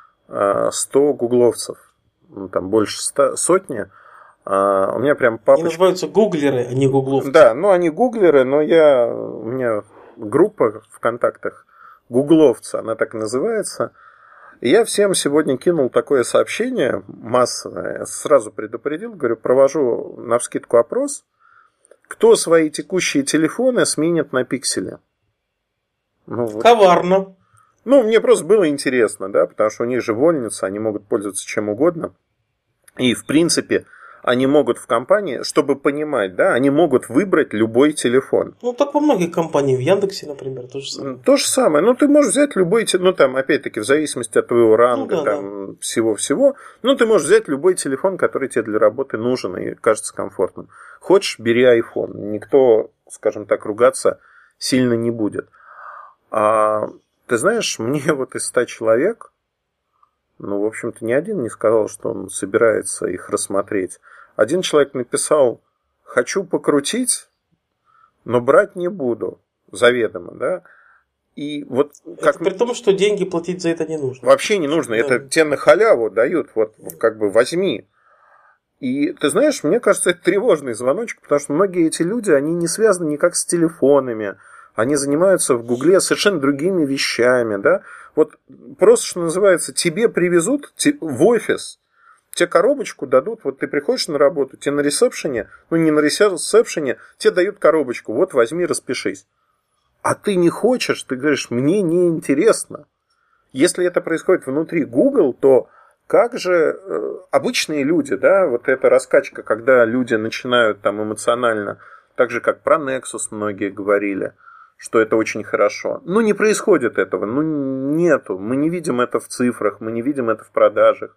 Speaker 1: сто гугловцев. Ну, там больше ста, сотни. А, у меня прям папочка...
Speaker 2: Они называются гуглеры, а не гугловцы.
Speaker 1: Да, ну они гуглеры, но я... у меня группа в контактах гугловцы, она так называется. И я всем сегодня кинул такое сообщение массовое. Я сразу предупредил, говорю, провожу навскидку опрос. Кто свои текущие телефоны сменит на пиксели? Ну, вот.
Speaker 2: Коварно.
Speaker 1: Ну, мне просто было интересно, да, потому что у них же вольница, они могут пользоваться чем угодно. И, в принципе, они могут в компании, чтобы понимать, да, они могут выбрать любой телефон.
Speaker 2: Ну, так во многих компаниях, в Яндексе, например, то же самое.
Speaker 1: То же самое. Ну, ты можешь взять любой телефон, ну, там, опять-таки, в зависимости от твоего ранга,
Speaker 2: ну, да,
Speaker 1: там,
Speaker 2: да.
Speaker 1: всего-всего. Ну, ты можешь взять любой телефон, который тебе для работы нужен и кажется комфортным. Хочешь, бери iPhone. Никто, скажем так, ругаться сильно не будет. А ты знаешь, мне вот из ста человек, ну, в общем-то, ни один не сказал, что он собирается их рассмотреть. Один человек написал: хочу покрутить, но брать не буду, заведомо, да. И вот как...
Speaker 2: Это при том, что деньги платить за это не нужно.
Speaker 1: Вообще не нужно, да. Это тебе на халяву дают, вот как бы возьми. И ты знаешь, мне кажется, это тревожный звоночек, потому что многие эти люди, они не связаны никак с телефонами, они занимаются в Гугле совершенно другими вещами, да. Вот просто, что называется, тебе привезут в офис, тебе коробочку дадут, вот ты приходишь на работу, тебе на ресепшене, ну не на ресепшене, тебе дают коробочку, вот возьми, распишись. А ты не хочешь, ты говоришь, мне не интересно. Если это происходит внутри Google, то как же э, обычные люди, да, вот эта раскачка, когда люди начинают там эмоционально, так же как про Nexus многие говорили, что это очень хорошо. Ну, не происходит этого, ну, нету. Мы не видим это в цифрах, мы не видим это в продажах.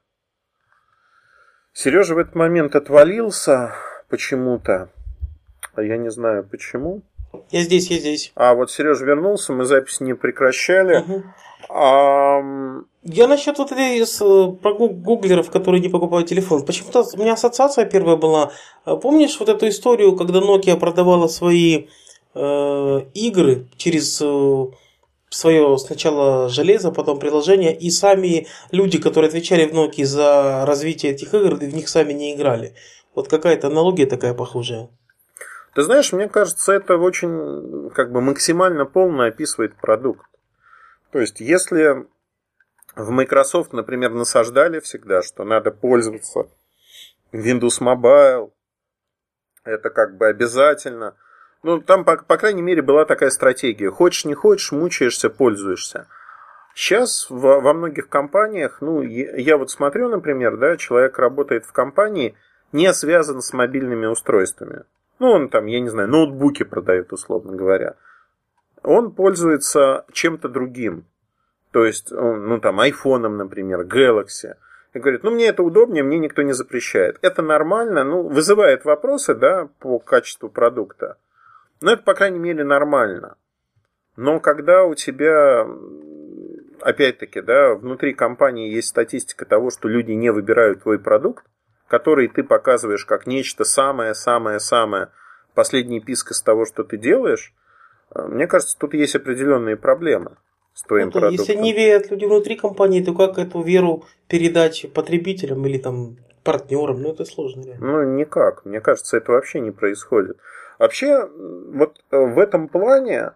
Speaker 1: Сережа в этот момент отвалился почему-то. Я не знаю почему.
Speaker 2: Я здесь, я здесь.
Speaker 1: А вот Сережа вернулся, мы запись не прекращали.
Speaker 2: Угу.
Speaker 1: А...
Speaker 2: Я насчет вот этой про гуглеров, которые не покупают телефон. Почему-то у меня ассоциация первая была. Помнишь вот эту историю, когда Nokia продавала свои э, игры через э, свое сначала железо, потом приложение, и сами люди, которые отвечали в Nokia за развитие этих игр, в них сами не играли. Вот какая-то аналогия такая похожая.
Speaker 1: Ты знаешь, мне кажется, это очень как бы максимально полно описывает продукт. То есть, если в Microsoft, например, насаждали всегда, что надо пользоваться Windows Mobile, это как бы обязательно. Ну, там, по, по крайней мере, была такая стратегия. Хочешь, не хочешь, мучаешься, пользуешься. Сейчас во, во многих компаниях, ну, я, я вот смотрю, например, да, человек работает в компании, не связан с мобильными устройствами. Ну, он там, я не знаю, ноутбуки продает, условно говоря. Он пользуется чем-то другим. То есть, ну, там, айфоном, например, Galaxy. И говорит, ну, мне это удобнее, мне никто не запрещает. Это нормально, ну, вызывает вопросы, да, по качеству продукта. Но это, по крайней мере, нормально. Но когда у тебя, опять-таки, да, внутри компании есть статистика того, что люди не выбирают твой продукт, который ты показываешь как нечто самое-самое-самое, последний писк из того, что ты делаешь, мне кажется, тут есть определенные проблемы с твоим
Speaker 2: ну,
Speaker 1: продуктом.
Speaker 2: Если не верят люди внутри компании, то как эту веру передать потребителям или там партнерам? Ну, это сложно. Реально.
Speaker 1: Ну, никак. Мне кажется, это вообще не происходит. Вообще, вот в этом плане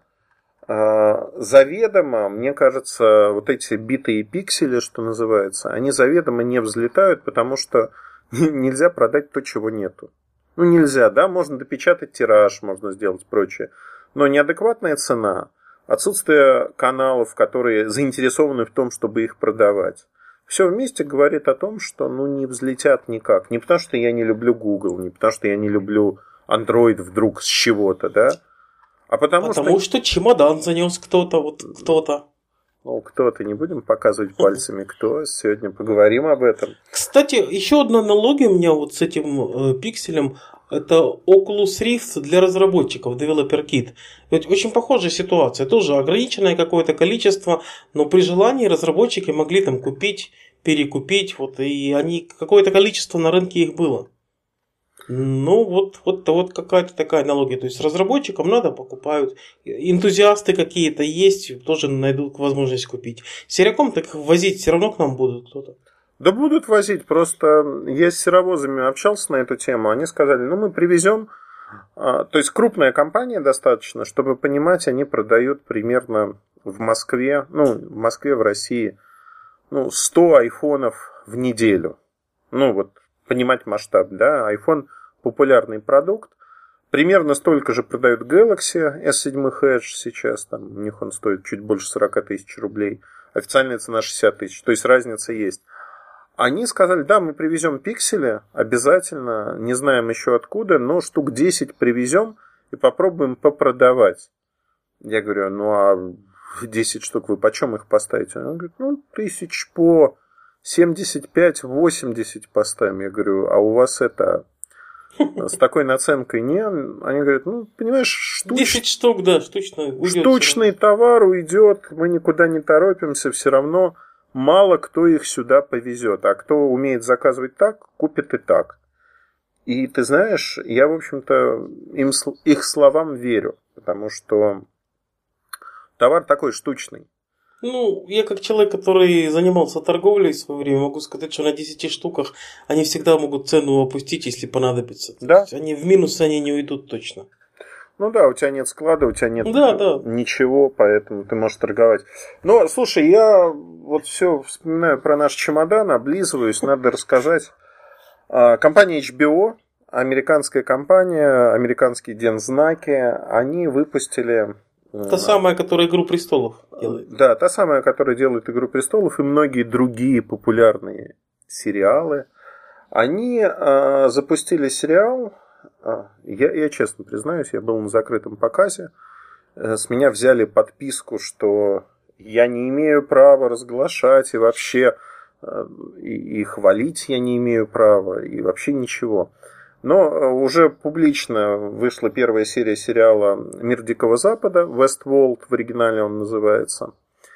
Speaker 1: заведомо, мне кажется, вот эти битые пиксели, что называется, они заведомо не взлетают, потому что нельзя продать то, чего нету. Ну, нельзя, да, можно допечатать тираж, можно сделать прочее. Но неадекватная цена, отсутствие каналов, которые заинтересованы в том, чтобы их продавать. Все вместе говорит о том, что ну, не взлетят никак. Не потому, что я не люблю Google, не потому, что я не люблю Android вдруг с чего-то, да? А потому,
Speaker 2: потому что... что чемодан занес кто-то, вот кто-то.
Speaker 1: Ну, кто-то, не будем показывать пальцами, кто. Сегодня поговорим об этом.
Speaker 2: Кстати, еще одна аналогия у меня вот с этим э, пикселем. Это Oculus Rift для разработчиков, Developer Kit. Ведь очень похожая ситуация. Тоже ограниченное какое-то количество, но при желании разработчики могли там купить, перекупить. Вот, и они, какое-то количество на рынке их было. Ну, вот, вот, вот какая-то такая аналогия. То есть разработчикам надо, покупают. Энтузиасты какие-то есть, тоже найдут возможность купить. Серяком так возить все равно к нам будут кто-то.
Speaker 1: Да будут возить, просто я с серовозами общался на эту тему, они сказали, ну мы привезем, то есть крупная компания достаточно, чтобы понимать, они продают примерно в Москве, ну в Москве, в России, ну сто айфонов в неделю. Ну вот понимать масштаб, да, iPhone популярный продукт, примерно столько же продают Galaxy эс семь Edge сейчас, там у них он стоит чуть больше сорок тысяч рублей, официальная цена шестьдесят тысяч, то есть разница есть. Они сказали, да, мы привезем пиксели, обязательно, не знаем еще откуда, но штук десять привезем и попробуем попродавать. Я говорю, ну а десять штук вы почем их поставите? Он говорит, ну тысяч по семьдесят пять восемьдесят поставим. Я говорю, а у вас это с такой наценкой не? Они говорят, ну понимаешь, штуч...
Speaker 2: десять штук, да, штучно уйдет.
Speaker 1: Штучный товар уйдет, мы никуда не торопимся, все равно... Мало кто их сюда повезет, а кто умеет заказывать так, купит и так. И ты знаешь, я, в общем-то, им, их словам верю, потому что товар такой штучный.
Speaker 2: Ну, я как человек, который занимался торговлей в свое время, могу сказать, что на десяти штуках они всегда могут цену опустить, если понадобится.
Speaker 1: Да?
Speaker 2: То есть они в минус они не уйдут точно.
Speaker 1: Ну да, у тебя нет склада, у тебя нет
Speaker 2: да, да.
Speaker 1: ничего, поэтому ты можешь торговать. Но, слушай, я вот все вспоминаю про наш чемодан, облизываюсь, надо рассказать. Компания эйч би о, американская компания, американские дензнаки, они выпустили...
Speaker 2: Та самая, которая «Игру престолов» делает.
Speaker 1: Да, та самая, которая делает «Игру престолов» и многие другие популярные сериалы. Они э, запустили сериал... Я, я честно признаюсь, я был на закрытом показе. С меня взяли подписку, что я не имею права разглашать и вообще и, и хвалить я не имею права и вообще ничего. Но уже публично вышла первая серия сериала «Мир Дикого Запада», Westworld в оригинале он называется.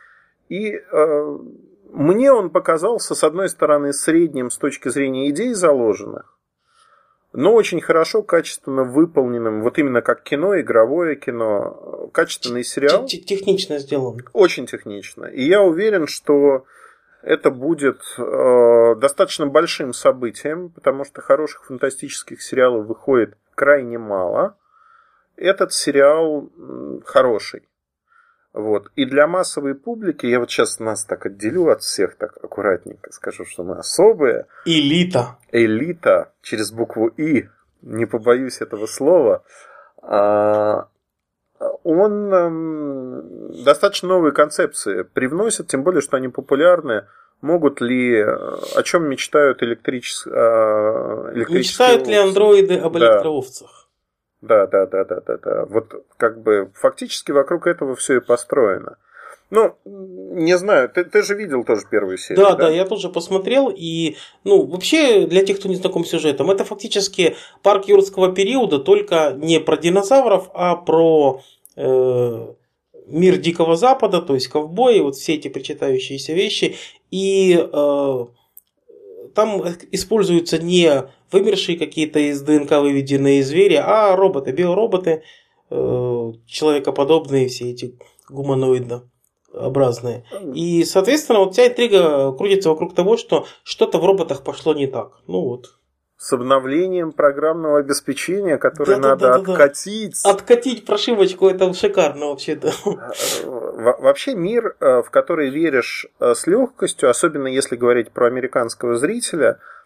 Speaker 1: И э, мне он показался, с одной стороны, средним с точки зрения идей заложенных, но очень хорошо, качественно выполненным, вот именно как кино, игровое кино, качественный сериал.
Speaker 2: Технично сделан.
Speaker 1: Очень технично. И я уверен, что это будет э, достаточно большим событием, потому что хороших фантастических сериалов выходит крайне мало. Этот сериал хороший. Вот. И для массовой публики, я вот сейчас нас так отделю от всех, так аккуратненько скажу, что мы особые.
Speaker 2: Элита.
Speaker 1: Элита, через букву И, не побоюсь этого слова. Он достаточно новые концепции привносит, тем более, что они популярны. Могут ли, о чем мечтают электричес... электрические
Speaker 2: Мечтают
Speaker 1: овцы?
Speaker 2: ли андроиды об
Speaker 1: да.
Speaker 2: электроовцах?
Speaker 1: Да, да, да, да, да, да. Вот как бы фактически вокруг этого все и построено. Ну, не знаю, ты, ты же видел тоже первую серию.
Speaker 2: Да,
Speaker 1: да,
Speaker 2: да, я тоже посмотрел. И, ну, вообще, для тех, кто не знаком с сюжетом, это фактически парк юрского периода, только не про динозавров, а про э, мир Дикого Запада, то есть ковбои, вот все эти причитающиеся вещи. И э, там используются не вымершие какие-то из ДНК выведенные звери, а роботы, биороботы, э, человекоподобные, все эти гуманоидообразные. И, соответственно, вот вся интрига крутится вокруг того, что что-то в роботах пошло не так. Ну вот.
Speaker 1: С обновлением программного обеспечения, которое
Speaker 2: да,
Speaker 1: надо
Speaker 2: да, да, да,
Speaker 1: откатить.
Speaker 2: Да. Откатить прошивочку, это шикарно вообще-то.
Speaker 1: Вообще мир, в который веришь с легкостью, особенно если говорить про американского зрителя,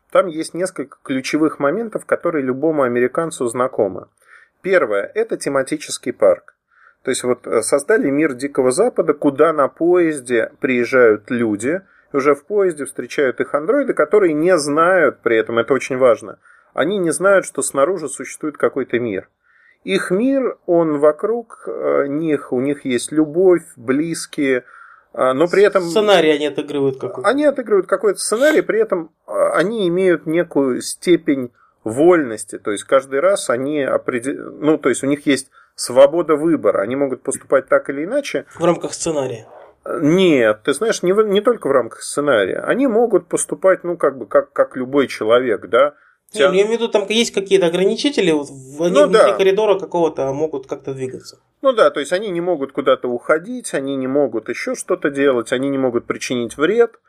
Speaker 1: там есть несколько ключевых моментов, которые любому американцу знакомы. Первое – это тематический парк. То есть вот создали мир Дикого Запада, куда на поезде приезжают люди, и уже в поезде встречают их андроиды, которые не знают, при этом это очень важно, они не знают, что снаружи существует какой-то мир. Их мир, он вокруг них, у них есть любовь, близкие, но при этом...
Speaker 2: Сценарий они отыгрывают какой-то.
Speaker 1: Они отыгрывают какой-то сценарий, при этом они имеют некую степень вольности, то есть каждый раз они определяют, ну, то есть у них есть свобода выбора, они могут поступать так или иначе.
Speaker 2: В рамках сценария?
Speaker 1: Нет, ты знаешь, не, в, не только в рамках сценария, они могут поступать, ну, как бы, как, как любой человек, да.
Speaker 2: Не, я имею в виду, там есть какие-то ограничители, вот, они ну, внутри да. коридора какого-то могут как-то двигаться.
Speaker 1: Ну да, то есть они не могут куда-то уходить, они не могут еще что-то делать, они не могут причинить вред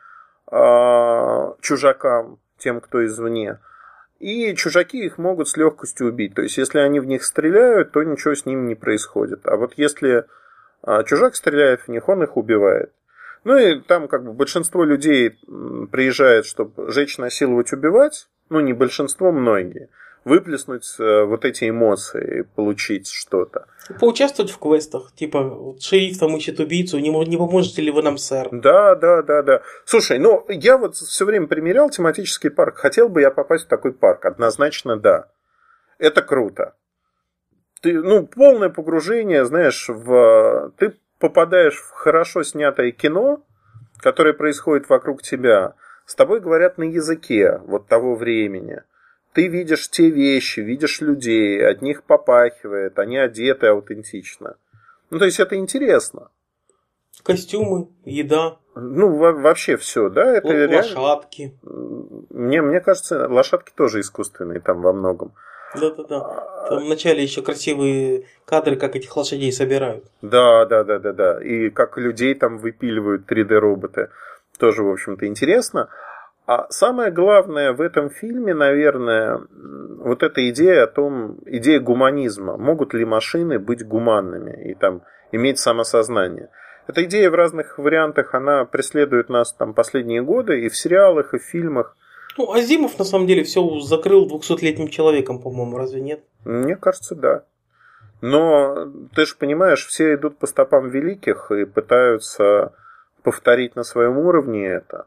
Speaker 1: э, чужакам, тем, кто извне. И чужаки их могут с легкостью убить. То есть, если они в них стреляют, то ничего с ними не происходит. А вот если э, чужак стреляет в них, он их убивает. Ну и там как бы большинство людей приезжает, чтобы жечь, насиловать, убивать. Ну, не большинство, многие. Выплеснуть э, вот эти эмоции, получить что-то.
Speaker 2: Поучаствовать в квестах. Типа, вот, шериф там ищет убийцу, не, не поможете ли вы нам, сэр?
Speaker 1: Да, да, да, да. Слушай, ну, я вот все время примерял тематический парк. Хотел бы я попасть в такой парк? Однозначно, да. Это круто. Ты, ну, полное погружение, знаешь, в... Ты попадаешь в хорошо снятое кино, которое происходит вокруг тебя. С тобой говорят на языке вот того времени. Ты видишь те вещи, видишь людей, от них попахивает, они одеты аутентично. Ну, то есть, это интересно.
Speaker 2: Костюмы, еда.
Speaker 1: Ну, вообще все, да? Это
Speaker 2: Л- лошадки.
Speaker 1: Реально... Мне, мне кажется, лошадки тоже искусственные там во многом.
Speaker 2: Да-да-да. Там вначале еще красивые кадры, как этих лошадей собирают.
Speaker 1: Да, да, да, да, да. И как людей там выпиливают три дэ-роботы. Тоже, в общем-то, интересно. А самое главное в этом фильме, наверное, вот эта идея о том, идея гуманизма. Могут ли машины быть гуманными и там иметь самосознание? Эта идея в разных вариантах, она преследует нас там последние годы и в сериалах, и в фильмах.
Speaker 2: Ну, Азимов, на самом деле, все закрыл двухсотлетним человеком, по-моему, разве нет?
Speaker 1: Мне кажется, да. Но ты же понимаешь, все идут по стопам великих и пытаются повторить на своем уровне это.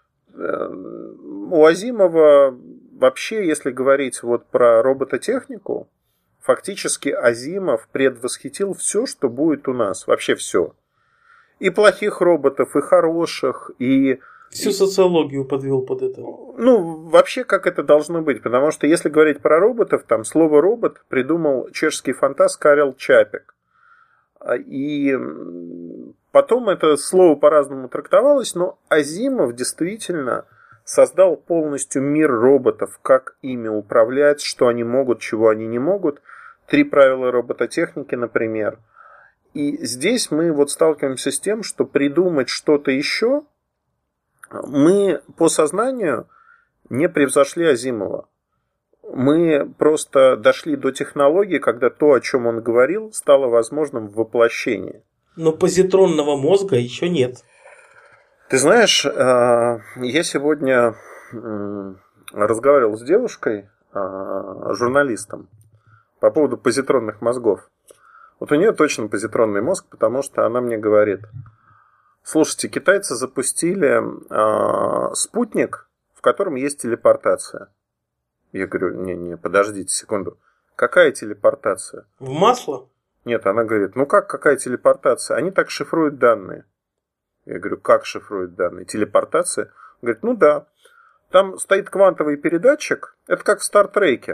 Speaker 1: У Азимова вообще, если говорить вот про робототехнику, фактически Азимов предвосхитил все, что будет у нас. Вообще все. И плохих роботов, и хороших, и...
Speaker 2: Всю социологию подвел под это.
Speaker 1: Ну, вообще, как это должно быть. Потому что, если говорить про роботов, там слово «робот» придумал чешский фантаст Карел Чапек. И потом это слово по-разному трактовалось, но Азимов действительно создал полностью мир роботов, как ими управлять, что они могут, чего они не могут. Три правила робототехники, например. И здесь мы вот сталкиваемся с тем, что придумать что-то еще мы по сознанию не превзошли Азимова. Мы просто дошли до технологии, когда то, о чем он говорил, стало возможным в воплощении.
Speaker 2: Но позитронного мозга еще нет.
Speaker 1: Ты знаешь, я сегодня разговаривал с девушкой, журналистом, по поводу позитронных мозгов. Вот у нее точно позитронный мозг, потому что она мне говорит: слушайте, китайцы запустили спутник, в котором есть телепортация. Я говорю: не-не, подождите секунду. Какая телепортация?
Speaker 2: В масло?
Speaker 1: Нет, она говорит: ну как, какая телепортация? Они так шифруют данные. Я говорю: как шифруют данные? Телепортация? Он говорит: ну да. Там стоит квантовый передатчик. Это как в Стартреке.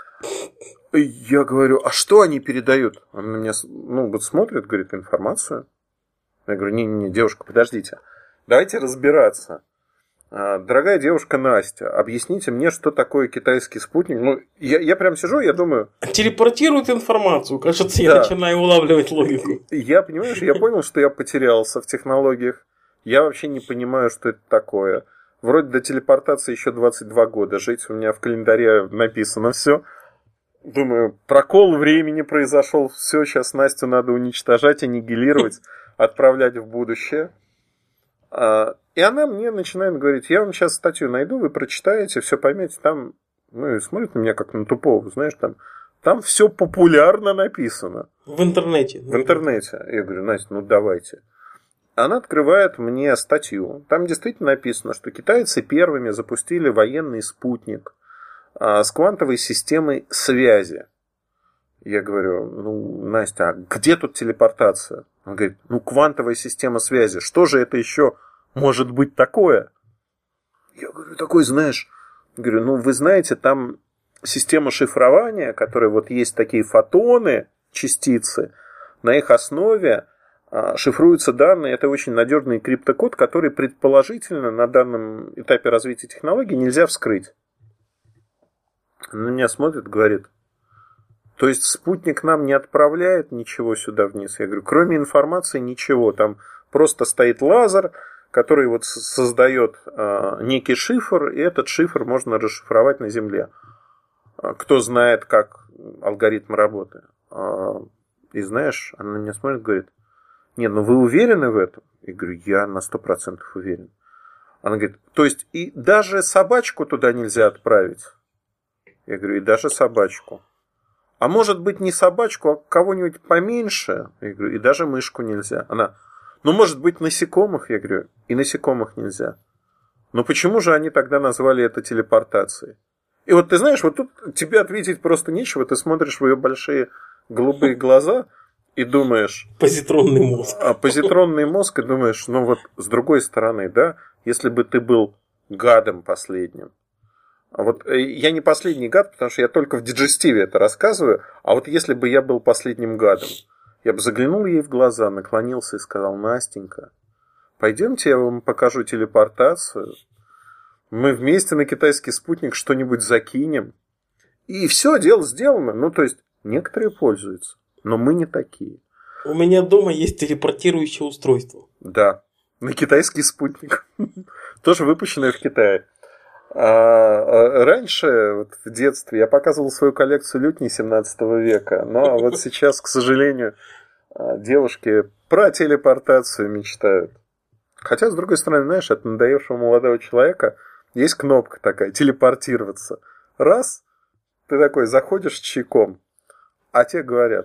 Speaker 1: Я говорю: а что они передают? Он на меня, ну, вот смотрит, говорит: информацию. Я говорю: не-не-не, девушка, подождите. Давайте разбираться. Дорогая девушка Настя, объясните мне, что такое китайский спутник. Ну, я, я прям сижу, я думаю...
Speaker 2: Телепортирует информацию. Кажется,
Speaker 1: да.
Speaker 2: Я начинаю улавливать логику.
Speaker 1: Я, понимаешь, я понял, что я потерялся в технологиях. Я вообще не понимаю, что это такое. Вроде до телепортации еще двадцать два года жить. У меня в календаре написано все. Думаю, прокол времени произошел. Все, сейчас Настю надо уничтожать, аннигилировать, отправлять в будущее. И она мне начинает говорить, я вам сейчас статью найду, вы прочитаете, все поймете, там, ну, и смотрит на меня как на тупого, знаешь, там, там все популярно написано.
Speaker 2: В интернете.
Speaker 1: В интернете. Я говорю, Настя, ну давайте. Она открывает мне статью. Там действительно написано, что китайцы первыми запустили военный спутник а, с квантовой системой связи. Я говорю, ну, Настя, а где тут телепортация? Она говорит, ну, квантовая система связи. Что же это еще может быть такое? Я говорю, такой, знаешь, говорю, ну, вы знаете, там система шифрования, которая вот есть такие фотоны, частицы, на их основе шифруются данные. Это очень надежный криптокод, который предположительно на данном этапе развития технологий нельзя вскрыть. На меня смотрит, говорит, то есть спутник нам не отправляет ничего сюда вниз? Я говорю, кроме информации ничего. Там просто стоит лазер, который вот создает некий шифр, и этот шифр можно расшифровать на Земле. Кто знает, как алгоритм работы. И знаешь, она на меня смотрит, говорит, не, ну вы уверены в этом? Я говорю, я на сто процентов уверен. Она говорит, то есть и даже собачку туда нельзя отправить? Я говорю, и даже собачку. А может быть не собачку, а кого-нибудь поменьше? Я говорю, и даже мышку нельзя. Она, ну может быть насекомых? Я говорю, и насекомых нельзя. Но почему же они тогда назвали это телепортацией? И вот ты знаешь, вот тут тебе ответить просто нечего. Ты смотришь в ее большие голубые глаза и думаешь...
Speaker 2: Позитронный мозг.
Speaker 1: А позитронный мозг, и думаешь, ну вот с другой стороны, да, если бы ты был гадом последним. А вот я не последний гад, потому что я только в диджестиве это рассказываю. А вот если бы я был последним гадом, я бы заглянул ей в глаза, наклонился и сказал, Настенька, пойдемте я вам покажу телепортацию. Мы вместе на китайский спутник что-нибудь закинем. И все, дело сделано. Ну, то есть, некоторые пользуются, но мы не такие.
Speaker 2: У меня дома есть телепортирующее устройство.
Speaker 1: Да, на китайский спутник. Тоже выпущенное в Китае. А раньше, вот в детстве, я показывал свою коллекцию лютней семнадцатого века. Но вот сейчас, к сожалению, девушки про телепортацию мечтают. Хотя, с другой стороны, знаешь, от надоевшего молодого человека есть кнопка такая, телепортироваться. Раз, ты такой заходишь чайком, а те говорят,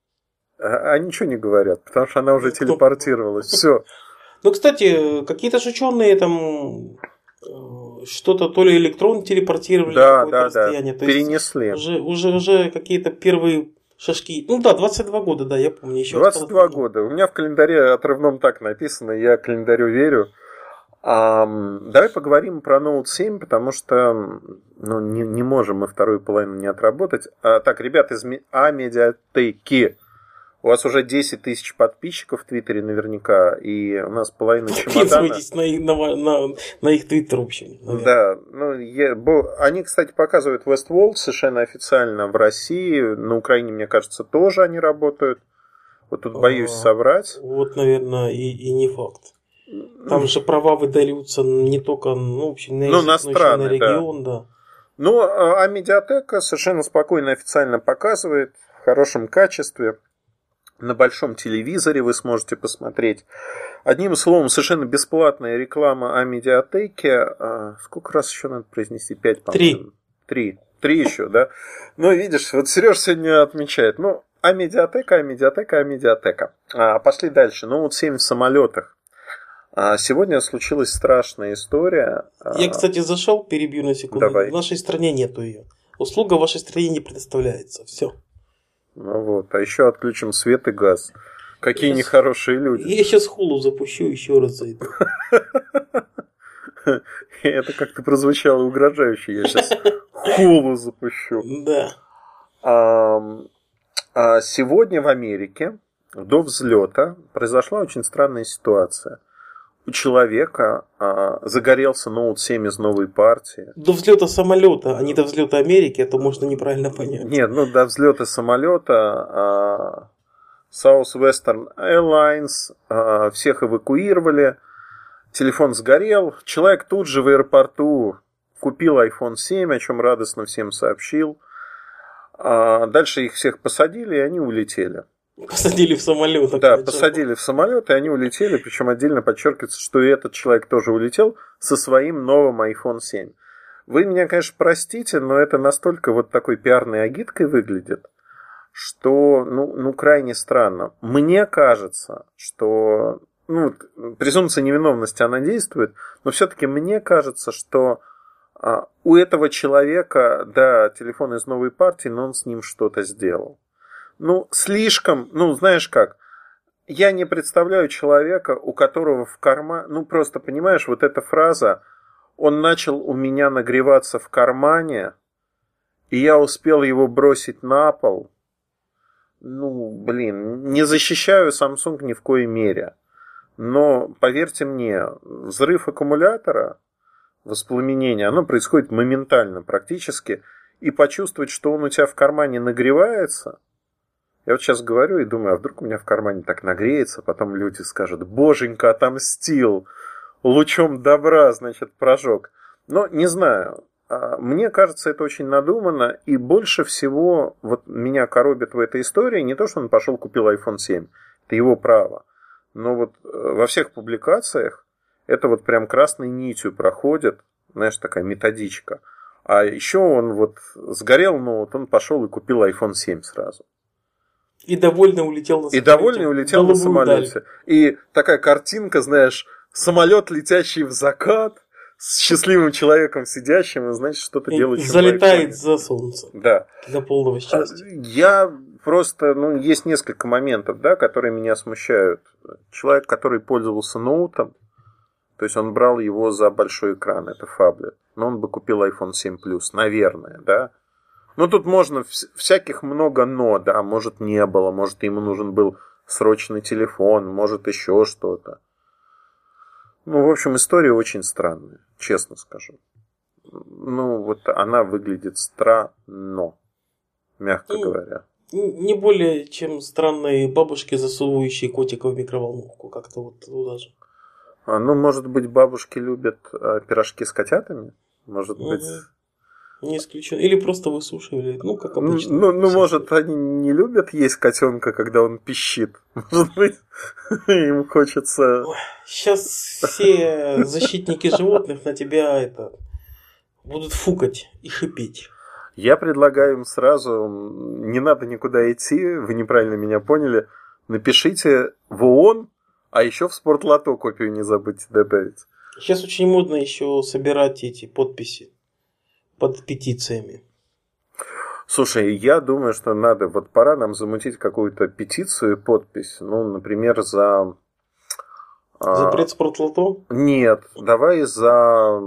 Speaker 1: а ничего не говорят, потому что она уже телепортировалась. Все.
Speaker 2: Ну, кстати, какие-то же ученые там что-то то ли электрон телепортировали
Speaker 1: да,
Speaker 2: на
Speaker 1: да,
Speaker 2: расстояние.
Speaker 1: да.
Speaker 2: То
Speaker 1: Перенесли.
Speaker 2: Есть уже, уже, уже какие-то первые шажки. Ну да, двадцать два года, да, я помню. Еще
Speaker 1: двадцать два года. У меня в календаре отрывном так написано, я календарю верю. А, давай поговорим про Ноут семь, потому что ну, не, не можем мы вторую половину не отработать. А, так, ребят из А-медиатеки, у вас уже десять тысяч подписчиков в Твиттере наверняка, и у нас половина чемодана.
Speaker 2: Подписывайтесь на, на, на, на их Твиттер, в общем. Наверное.
Speaker 1: Да, ну, я, бо, они, кстати, показывают Westworld совершенно официально в России, на Украине, мне кажется, тоже они работают. Вот тут боюсь а, соврать.
Speaker 2: Вот, наверное, и, и не факт. Там же права выдаются не только ну, в общем, на,
Speaker 1: ну, на страны,
Speaker 2: на регион, да. да.
Speaker 1: Ну, а медиатека совершенно спокойно официально показывает в хорошем качестве. На большом телевизоре вы сможете посмотреть. Одним словом, совершенно бесплатная реклама о медиатеке. Сколько раз еще надо произнести? Пять, по-моему.
Speaker 2: Три.
Speaker 1: Три. Три еще, да? Ну, видишь, вот Сереж сегодня отмечает. Ну, а медиатека, а медиатека, а медиатека. А, пошли дальше. Ну, вот семь в самолетах. Сегодня случилась страшная история.
Speaker 2: Я, кстати, зашел, перебью на секунду.
Speaker 1: Давай.
Speaker 2: В нашей стране нету ее. Услуга в вашей стране не предоставляется. Все.
Speaker 1: Ну вот, а еще отключим свет и газ. Какие я нехорошие люди.
Speaker 2: Я сейчас хулу запущу, еще раз зайду.
Speaker 1: Это как-то прозвучало угрожающе. Я сейчас хулу запущу.
Speaker 2: Да.
Speaker 1: А сегодня в Америке до взлета произошла очень странная ситуация. У человека а, загорелся Ноут семь из новой партии.
Speaker 2: До взлета самолета, а не до взлета Америки, это можно неправильно понять.
Speaker 1: Нет, ну до взлета самолета а, Southwestern Airlines а, всех эвакуировали, телефон сгорел, человек тут же в аэропорту купил айфон семь, о чем радостно всем сообщил. А, дальше их всех посадили, и они улетели.
Speaker 2: Посадили в самолет.
Speaker 1: Да, посадили в самолет, и они улетели, причем отдельно подчеркивается, что и этот человек тоже улетел со своим новым айфон семь. Вы меня, конечно, простите, но это настолько вот такой пиарной агиткой выглядит, что, ну, ну, крайне странно. Мне кажется, что, ну, презумпция невиновности, она действует, но все-таки мне кажется, что а, у этого человека, да, телефон из новой партии, но он с ним что-то сделал. Ну, слишком, ну, знаешь как, я не представляю человека, у которого в кармане, ну, просто, понимаешь, вот эта фраза, он начал у меня нагреваться в кармане, и я успел его бросить на пол. Ну, блин, не защищаю Samsung ни в коей мере, но, поверьте мне, взрыв аккумулятора, воспламенение, оно происходит моментально практически, и почувствовать, что он у тебя в кармане нагревается... Я вот сейчас говорю и думаю, а вдруг у меня в кармане так нагреется, потом люди скажут, боженька, отомстил, лучом добра, значит, прожег. Но не знаю, мне кажется, это очень надуманно, и больше всего вот меня коробит в этой истории не то, что он пошел купил айфон семь, это его право, но вот во всех публикациях это вот прям красной нитью проходит, знаешь, такая методичка. А еще он вот сгорел, но вот он пошел и купил айфон семь сразу.
Speaker 2: И довольно улетел на самолете.
Speaker 1: И довольно улетел на самолете. Даль. И такая картинка, знаешь, самолет, летящий в закат, с счастливым человеком сидящим, и, значит, что-то
Speaker 2: и
Speaker 1: делающим.
Speaker 2: Залетает за солнце.
Speaker 1: Да.
Speaker 2: Для полного счастья.
Speaker 1: Я просто, ну, есть несколько моментов, да, которые меня смущают. Человек, который пользовался ноутом, то есть он брал его за большой экран, это фаблет. Но он бы купил айфон семь плюс, наверное, да. Ну, тут можно всяких много но, да, может не было, может ему нужен был срочный телефон, может еще что-то. Ну, в общем, история очень странная, честно скажу. Ну, вот она выглядит странно, мягко ну, говоря.
Speaker 2: Не более, чем странные бабушки, засовывающие котика в микроволновку, как-то вот туда же.
Speaker 1: А, ну, может быть, бабушки любят а, пирожки с котятами? Может угу. быть...
Speaker 2: Не исключено. Или просто высушивали, ну, как обычно.
Speaker 1: Ну, ну, может, они не любят есть котенка, когда он пищит. Может быть, им хочется...
Speaker 2: Сейчас все защитники животных на тебя это будут фукать и шипеть.
Speaker 1: Я предлагаю им сразу, не надо никуда идти, вы неправильно меня поняли, напишите в ООН, а еще в Спортлото копию не забудьте добавить.
Speaker 2: Сейчас очень модно еще собирать эти подписи под петициями.
Speaker 1: Слушай, я думаю, что надо, вот пора нам замутить какую-то петицию и подпись. Ну, например, за...
Speaker 2: Запрет Спортлото?
Speaker 1: Нет, давай за...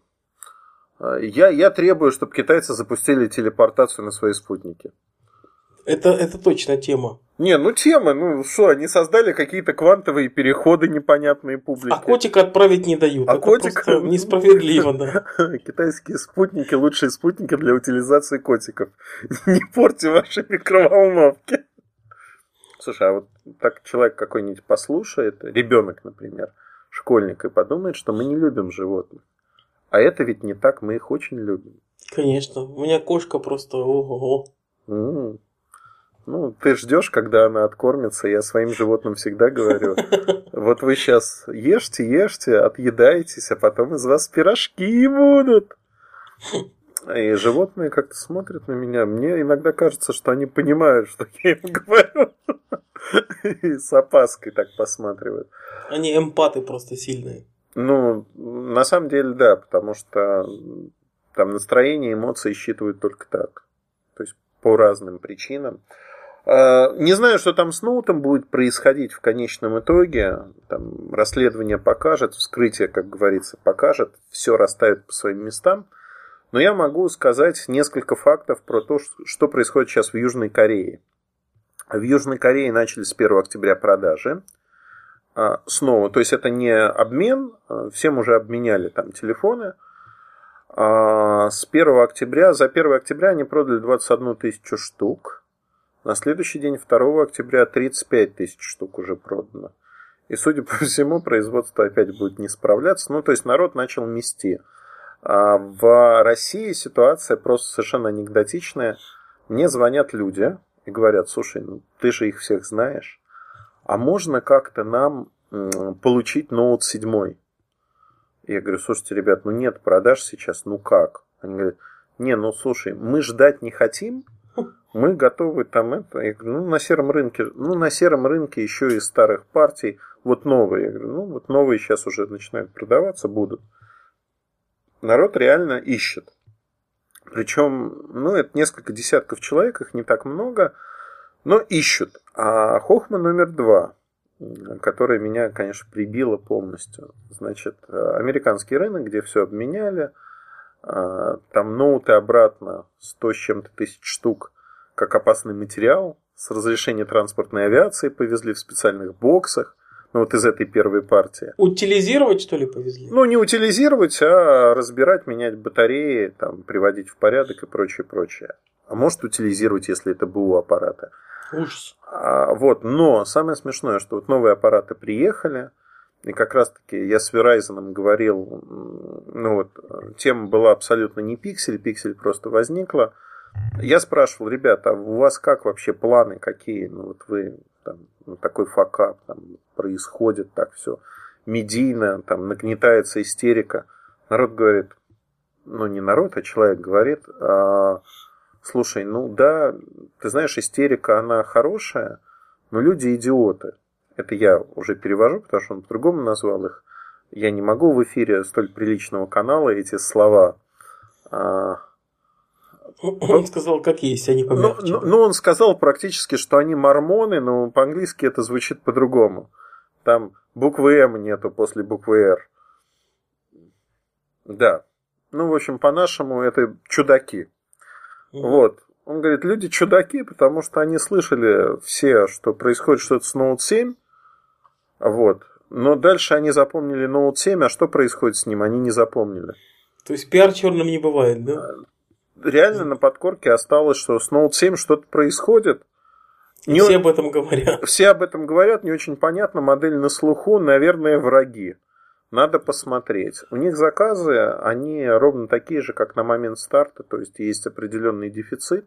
Speaker 1: Я, я требую, чтобы китайцы запустили телепортацию на свои спутники.
Speaker 2: Это, это точно тема.
Speaker 1: Не, ну тема, ну что, они создали какие-то квантовые переходы непонятные публике.
Speaker 2: А котика отправить не дают.
Speaker 1: А
Speaker 2: это
Speaker 1: котика...
Speaker 2: просто несправедливо, да.
Speaker 1: Китайские спутники, лучшие спутники для утилизации котиков. Не порти ваши микроволновки. Слушай, а вот так человек какой-нибудь послушает, ребенок, например, школьник, и подумает, что мы не любим животных. А это ведь не так, мы их очень любим.
Speaker 2: Конечно, у меня кошка просто ого-го.
Speaker 1: Mm. Ну, ты ждешь, когда она откормится. Я своим животным всегда говорю, вот вы сейчас ешьте, ешьте, отъедаетесь, а потом из вас пирожки будут. И животные как-то смотрят на меня. Мне иногда кажется, что они понимают, что я им говорю. И с опаской так посматривают.
Speaker 2: Они эмпаты просто сильные.
Speaker 1: Ну, на самом деле, да, потому что там настроение, эмоции считывают только так. То есть по разным причинам. Не знаю, что там с ноутом будет происходить в конечном итоге. Там расследование покажет, вскрытие, как говорится, покажет. Все расставит по своим местам. Но я могу сказать несколько фактов про то, что происходит сейчас в Южной Корее. В Южной Корее начали с первого октября продажи. Снова, то есть это не обмен, всем уже обменяли там телефоны. С первого октября, за первого октября они продали двадцать одну тысячу штук. На следующий день, второго октября, тридцать пять тысяч штук уже продано. И, судя по всему, производство опять будет не справляться. Ну, то есть народ начал мести. А в России ситуация просто совершенно анекдотичная. Мне звонят люди, и говорят: слушай, ну ты же их всех знаешь, а можно как-то нам м, получить ноут семь? Я говорю: слушайте, ребят, ну нет продаж сейчас, ну как? Они говорят: не, ну слушай, мы ждать не хотим, мы готовы там это. Я говорю: ну на сером рынке, ну на сером рынке еще из старых партий, вот новые. Я говорю: ну вот новые сейчас уже начинают продаваться, будут. Народ реально ищет. Причем, ну это несколько десятков человек, их не так много, но ищут. А хохма номер два, которая меня, конечно, прибила полностью. Значит, американский рынок, где все обменяли, там ноуты обратно сто с чем-то тысяч штук, как опасный материал, с разрешения транспортной авиации повезли в специальных боксах, ну вот из этой первой партии.
Speaker 2: Утилизировать, что ли, повезли?
Speaker 1: Ну, не утилизировать, а разбирать, менять батареи, там, приводить в порядок и прочее, прочее. А может утилизировать, если это БУ аппараты.
Speaker 2: Ужас.
Speaker 1: А, вот, но самое смешное, что вот новые аппараты приехали, и как раз-таки я с Verizon говорил, ну вот, тема была абсолютно не пиксель, пиксель просто возникла. Я спрашивал: ребята, а у вас как вообще планы, какие? Ну вот вы, там, ну, такой факап, там происходит так все медийно, там нагнетается истерика. Народ говорит, ну не народ, а человек говорит: а, слушай, ну да, ты знаешь, истерика, она хорошая, но люди идиоты. Это я уже перевожу, потому что он по-другому назвал их. Я не могу в эфире столь приличного канала эти слова.
Speaker 2: Он сказал, как есть, а не помягче.
Speaker 1: Ну, ну, он сказал практически, что они мормоны, но по-английски это звучит по-другому. Там буквы М нету после буквы Р. Да. Ну, в общем, по-нашему это чудаки. Mm-hmm. Вот. Он говорит, люди чудаки, потому что они слышали все, что происходит что-то с ноут семь. Вот. Но дальше они запомнили ноут семь, а что происходит с ним, они не запомнили.
Speaker 2: То есть пиар черным не бывает, да?
Speaker 1: Реально на подкорке осталось, что с ноут семь что-то происходит.
Speaker 2: Не... Все об этом говорят.
Speaker 1: Все об этом говорят, не очень понятно, модель на слуху, наверное, враги. Надо посмотреть. У них заказы, они ровно такие же, как на момент старта, то есть есть определенный дефицит.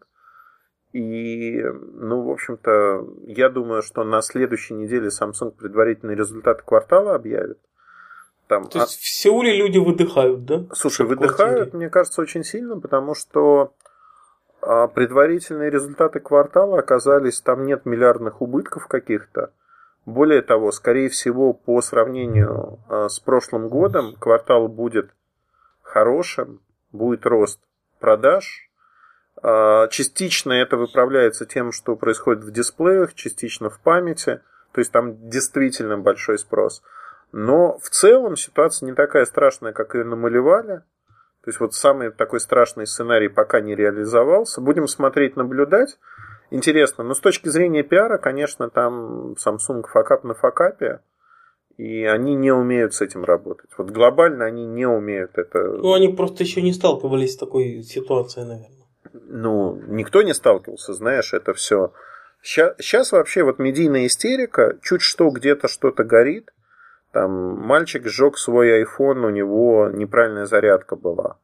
Speaker 1: И, ну, в общем-то, я думаю, что на следующей неделе Samsung предварительные результаты квартала объявит. Там,
Speaker 2: то есть а... в Сеуле люди выдыхают, да?
Speaker 1: Слушай, выдыхают, мне кажется, очень сильно, потому что а, предварительные результаты квартала оказались, там нет миллиардных убытков каких-то. Более того, скорее всего, по сравнению а, с прошлым годом, квартал будет хорошим, будет рост продаж. А, частично это выправляется тем, что происходит в дисплеях, частично в памяти. То есть там действительно большой спрос. Но в целом ситуация не такая страшная, как ее намалевали. То есть вот самый такой страшный сценарий пока не реализовался. Будем смотреть, наблюдать. Интересно. Но с точки зрения пиара, конечно, там Samsung факап на факапе. И они не умеют с этим работать. Вот глобально они не умеют это...
Speaker 2: Ну, они просто еще не сталкивались с такой ситуацией, наверное.
Speaker 1: Ну, никто не сталкивался, знаешь, это все. Сейчас, сейчас вообще вот медийная истерика. Чуть что, где-то что-то горит. Там мальчик сжег свой iPhone, у него неправильная зарядка была.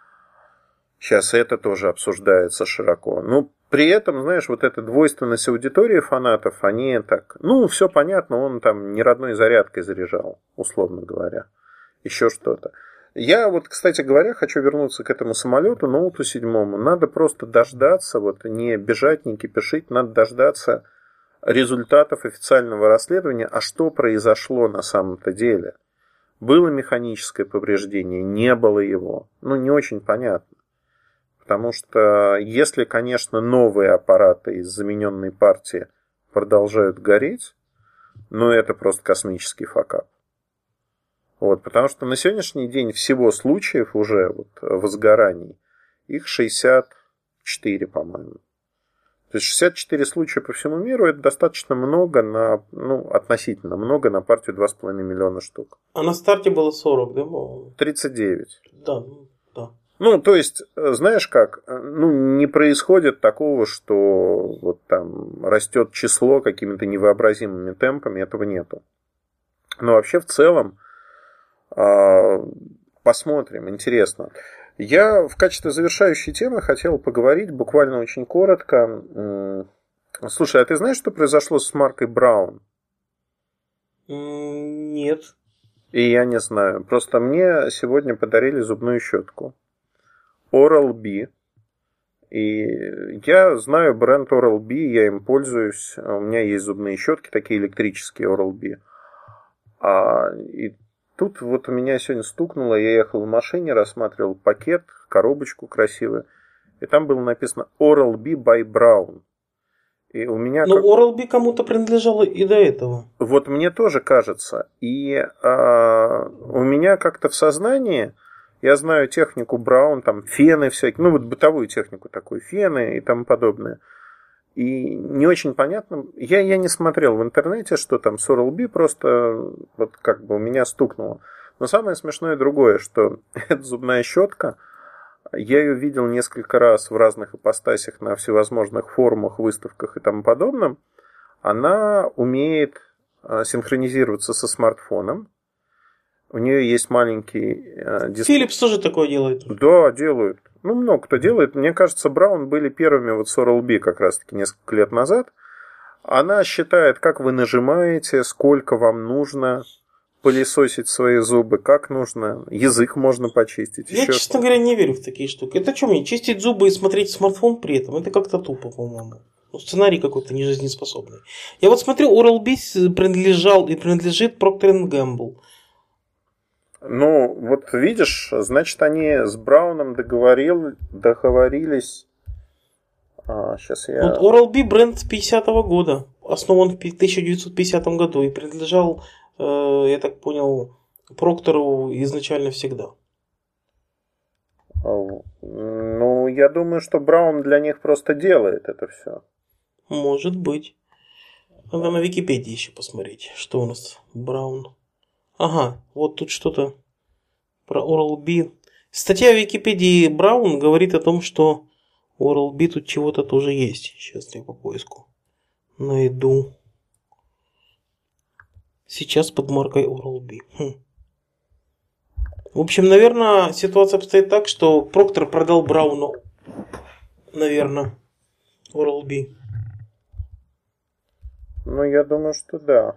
Speaker 1: Сейчас это тоже обсуждается широко. Ну, при этом, знаешь, вот эта двойственность аудитории фанатов, они так... Ну, все понятно, он там не родной зарядкой заряжал, условно говоря. Еще что-то. Я вот, кстати говоря, хочу вернуться к этому самолету, ноуту седьмому. Надо просто дождаться, вот не бежать, не кипишить, надо дождаться результатов официального расследования, а что произошло на самом-то деле. Было механическое повреждение, не было его. Ну, не очень понятно. Потому что, если, конечно, новые аппараты из замененной партии продолжают гореть, ну, это просто космический факап. Вот, потому что на сегодняшний день всего случаев уже вот, возгораний, их шестьдесят четыре, по-моему. То есть шестьдесят четыре случая по всему миру, это достаточно много, на, ну, относительно много на партию два с половиной миллиона штук.
Speaker 2: А на старте было сорок, да? По-моему?
Speaker 1: тридцать девять.
Speaker 2: Да, ну, да.
Speaker 1: Ну, то есть, знаешь как, ну, не происходит такого, что вот там растет число какими-то невообразимыми темпами, этого нету. Но вообще в целом, посмотрим, интересно. Я в качестве завершающей темы хотел поговорить буквально очень коротко Слушай, а ты знаешь, что произошло с маркой Braun?
Speaker 2: Нет.
Speaker 1: И я не знаю. Просто мне сегодня подарили зубную щетку. Oral-B. И я знаю бренд Oral-B, я им пользуюсь. У меня есть зубные щетки, такие электрические Oral-B. А, и тут вот у меня сегодня стукнуло, я ехал в машине, рассматривал пакет, коробочку красивую. И там было написано Oral-B by Braun. И у меня
Speaker 2: Но
Speaker 1: как...
Speaker 2: Oral-B кому-то принадлежало и до этого.
Speaker 1: Вот мне тоже кажется. И а, у меня как-то в сознании, я знаю технику Braun, там фены всякие, ну вот бытовую технику такую, фены и тому подобное. И не очень понятно, я, я не смотрел в интернете, что там с Oral-B, просто вот как бы у меня стукнуло. Но самое смешное другое, что эта зубная щетка, я ее видел несколько раз в разных ипостасях на всевозможных форумах, выставках и тому подобном. Она умеет синхронизироваться со смартфоном. У нее есть маленький дисплей.
Speaker 2: Philips тоже такое делает.
Speaker 1: Да, делают. Ну, много кто делает. Мне кажется, Braun были первыми вот с Oral-B как раз-таки несколько лет назад. Она считает, как вы нажимаете, сколько вам нужно пылесосить свои зубы, как нужно, язык можно почистить.
Speaker 2: Я,
Speaker 1: еще
Speaker 2: честно говоря, не верю в такие штуки. Это что мне, чистить зубы и смотреть смартфон при этом? Это как-то тупо, по-моему. Ну, сценарий какой-то нежизнеспособный. Я вот смотрю, Oral-B принадлежал и принадлежит Procter энд Gamble.
Speaker 1: Ну, вот видишь, значит, они с Брауном договорил, договорились. А, сейчас я...
Speaker 2: Вот Oral-B бренд пятидесятого года. Основан в тысяча девятьсот пятидесятом году и принадлежал, э, я так понял, Проктору изначально всегда.
Speaker 1: Ну, я думаю, что Браун для них просто делает это все.
Speaker 2: Может быть. Надо на Википедии еще посмотреть, что у нас Браун. Ага, вот тут что-то про Oral-B. Статья в Википедии Браун говорит о том, что у Oral-B тут чего-то тоже есть. Сейчас я по поиску найду. Сейчас под маркой Oral-B. Хм. В общем, наверное, ситуация обстоит так, что Проктор продал Брауну, наверное, Oral-B.
Speaker 1: Ну, я думаю, что да.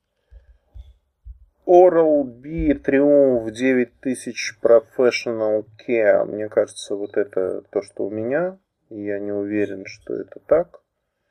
Speaker 1: Oral-B Triumph девять тысяч Professional Care. Мне кажется, вот это то, что у меня. Я не уверен, что это так.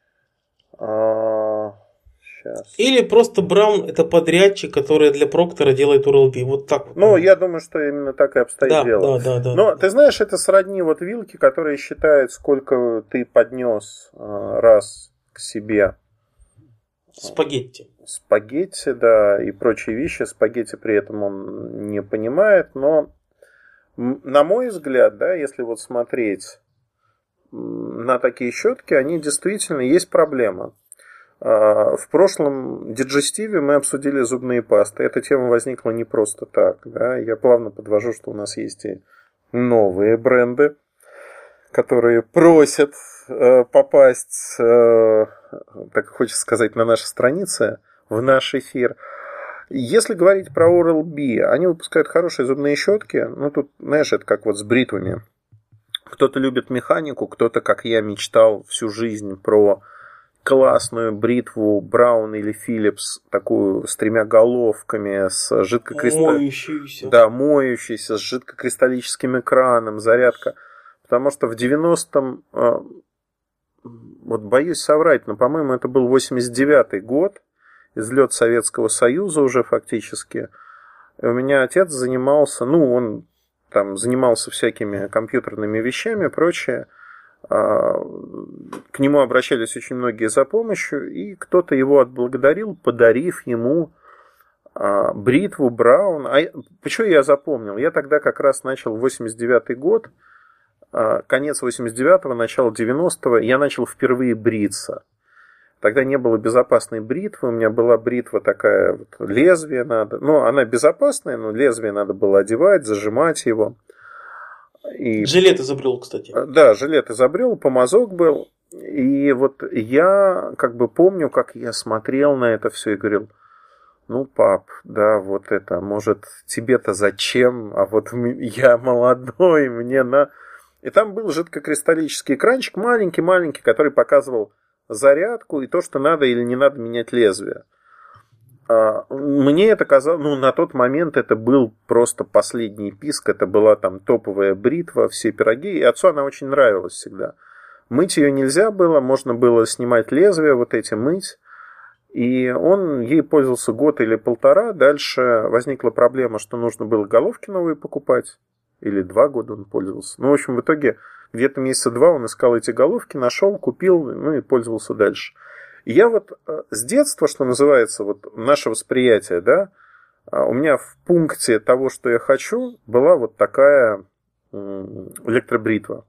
Speaker 1: А, сейчас.
Speaker 2: Или просто Браун это подрядчик, который для Проктора делает Oral-B. Вот так вот.
Speaker 1: Ну, я думаю, что именно так и обстоит
Speaker 2: да,
Speaker 1: дело.
Speaker 2: Да, да, да.
Speaker 1: Но
Speaker 2: да.
Speaker 1: ты знаешь, это сродни вот вилки, которые считают, сколько ты поднес раз к себе.
Speaker 2: Спагетти.
Speaker 1: Спагетти, да, и прочие вещи. Спагетти при этом он не понимает, но, на мой взгляд, да, если вот смотреть на такие щетки, они действительно есть проблема. В прошлом диджестиве мы обсудили зубные пасты. Эта тема возникла не просто так, да. Я плавно подвожу, что у нас есть и новые бренды, которые просят попасть, так хочется сказать, на наши страницы, в наш эфир. Если говорить про Oral-B, они выпускают хорошие зубные щетки. Ну, тут, знаешь, это как вот с бритвами. Кто-то любит механику, кто-то, как я, мечтал всю жизнь про классную бритву Braun или Philips, такую с тремя головками, с жидкокристаллическим...
Speaker 2: Моющуюся.
Speaker 1: Да, моющейся, с жидкокристаллическим экраном, зарядка. Потому что в девяностом... Вот боюсь соврать, но, по-моему, это был восемьдесят девятый год, излет Советского Союза уже фактически. И у меня отец занимался, ну, он там занимался всякими компьютерными вещами и прочее. К нему обращались очень многие за помощью, и кто-то его отблагодарил, подарив ему бритву Braun. А почему я запомнил? Я тогда как раз начал восемьдесят девятый год, конец восемьдесят девятого, начало девяностого, я начал впервые бриться. Тогда не было безопасной бритвы, у меня была бритва такая, вот, лезвие надо, ну, она безопасная, но лезвие надо было одевать, зажимать его. И...
Speaker 2: Жилет изобрел, кстати.
Speaker 1: Да, жилет изобрел, помазок был, и вот я как бы помню, как я смотрел на это все и говорил, ну, пап, да, вот это, может, тебе-то зачем, а вот я молодой, мне на... И там был жидкокристаллический экранчик, маленький-маленький, который показывал зарядку и то, что надо или не надо менять лезвие. Мне это казалось, ну, на тот момент это был просто последний писк, это была там топовая бритва, все пироги, и отцу она очень нравилась всегда. Мыть ее нельзя было, можно было снимать лезвие, вот эти мыть, и он ей пользовался год или полтора, дальше возникла проблема, что нужно было головки новые покупать, или два года он пользовался. Ну, в общем, в итоге где-то месяца два он искал эти головки, нашел, купил, ну и пользовался дальше. И я вот с детства, что называется, вот наше восприятие, да, у меня в пункте того, что я хочу, была вот такая электробритва.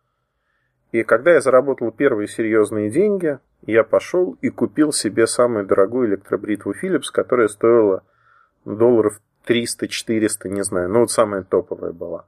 Speaker 1: И когда я заработал первые серьезные деньги, я пошел и купил себе самую дорогую электробритву Philips, которая стоила долларов триста-четыреста, не знаю, ну вот самая топовая была.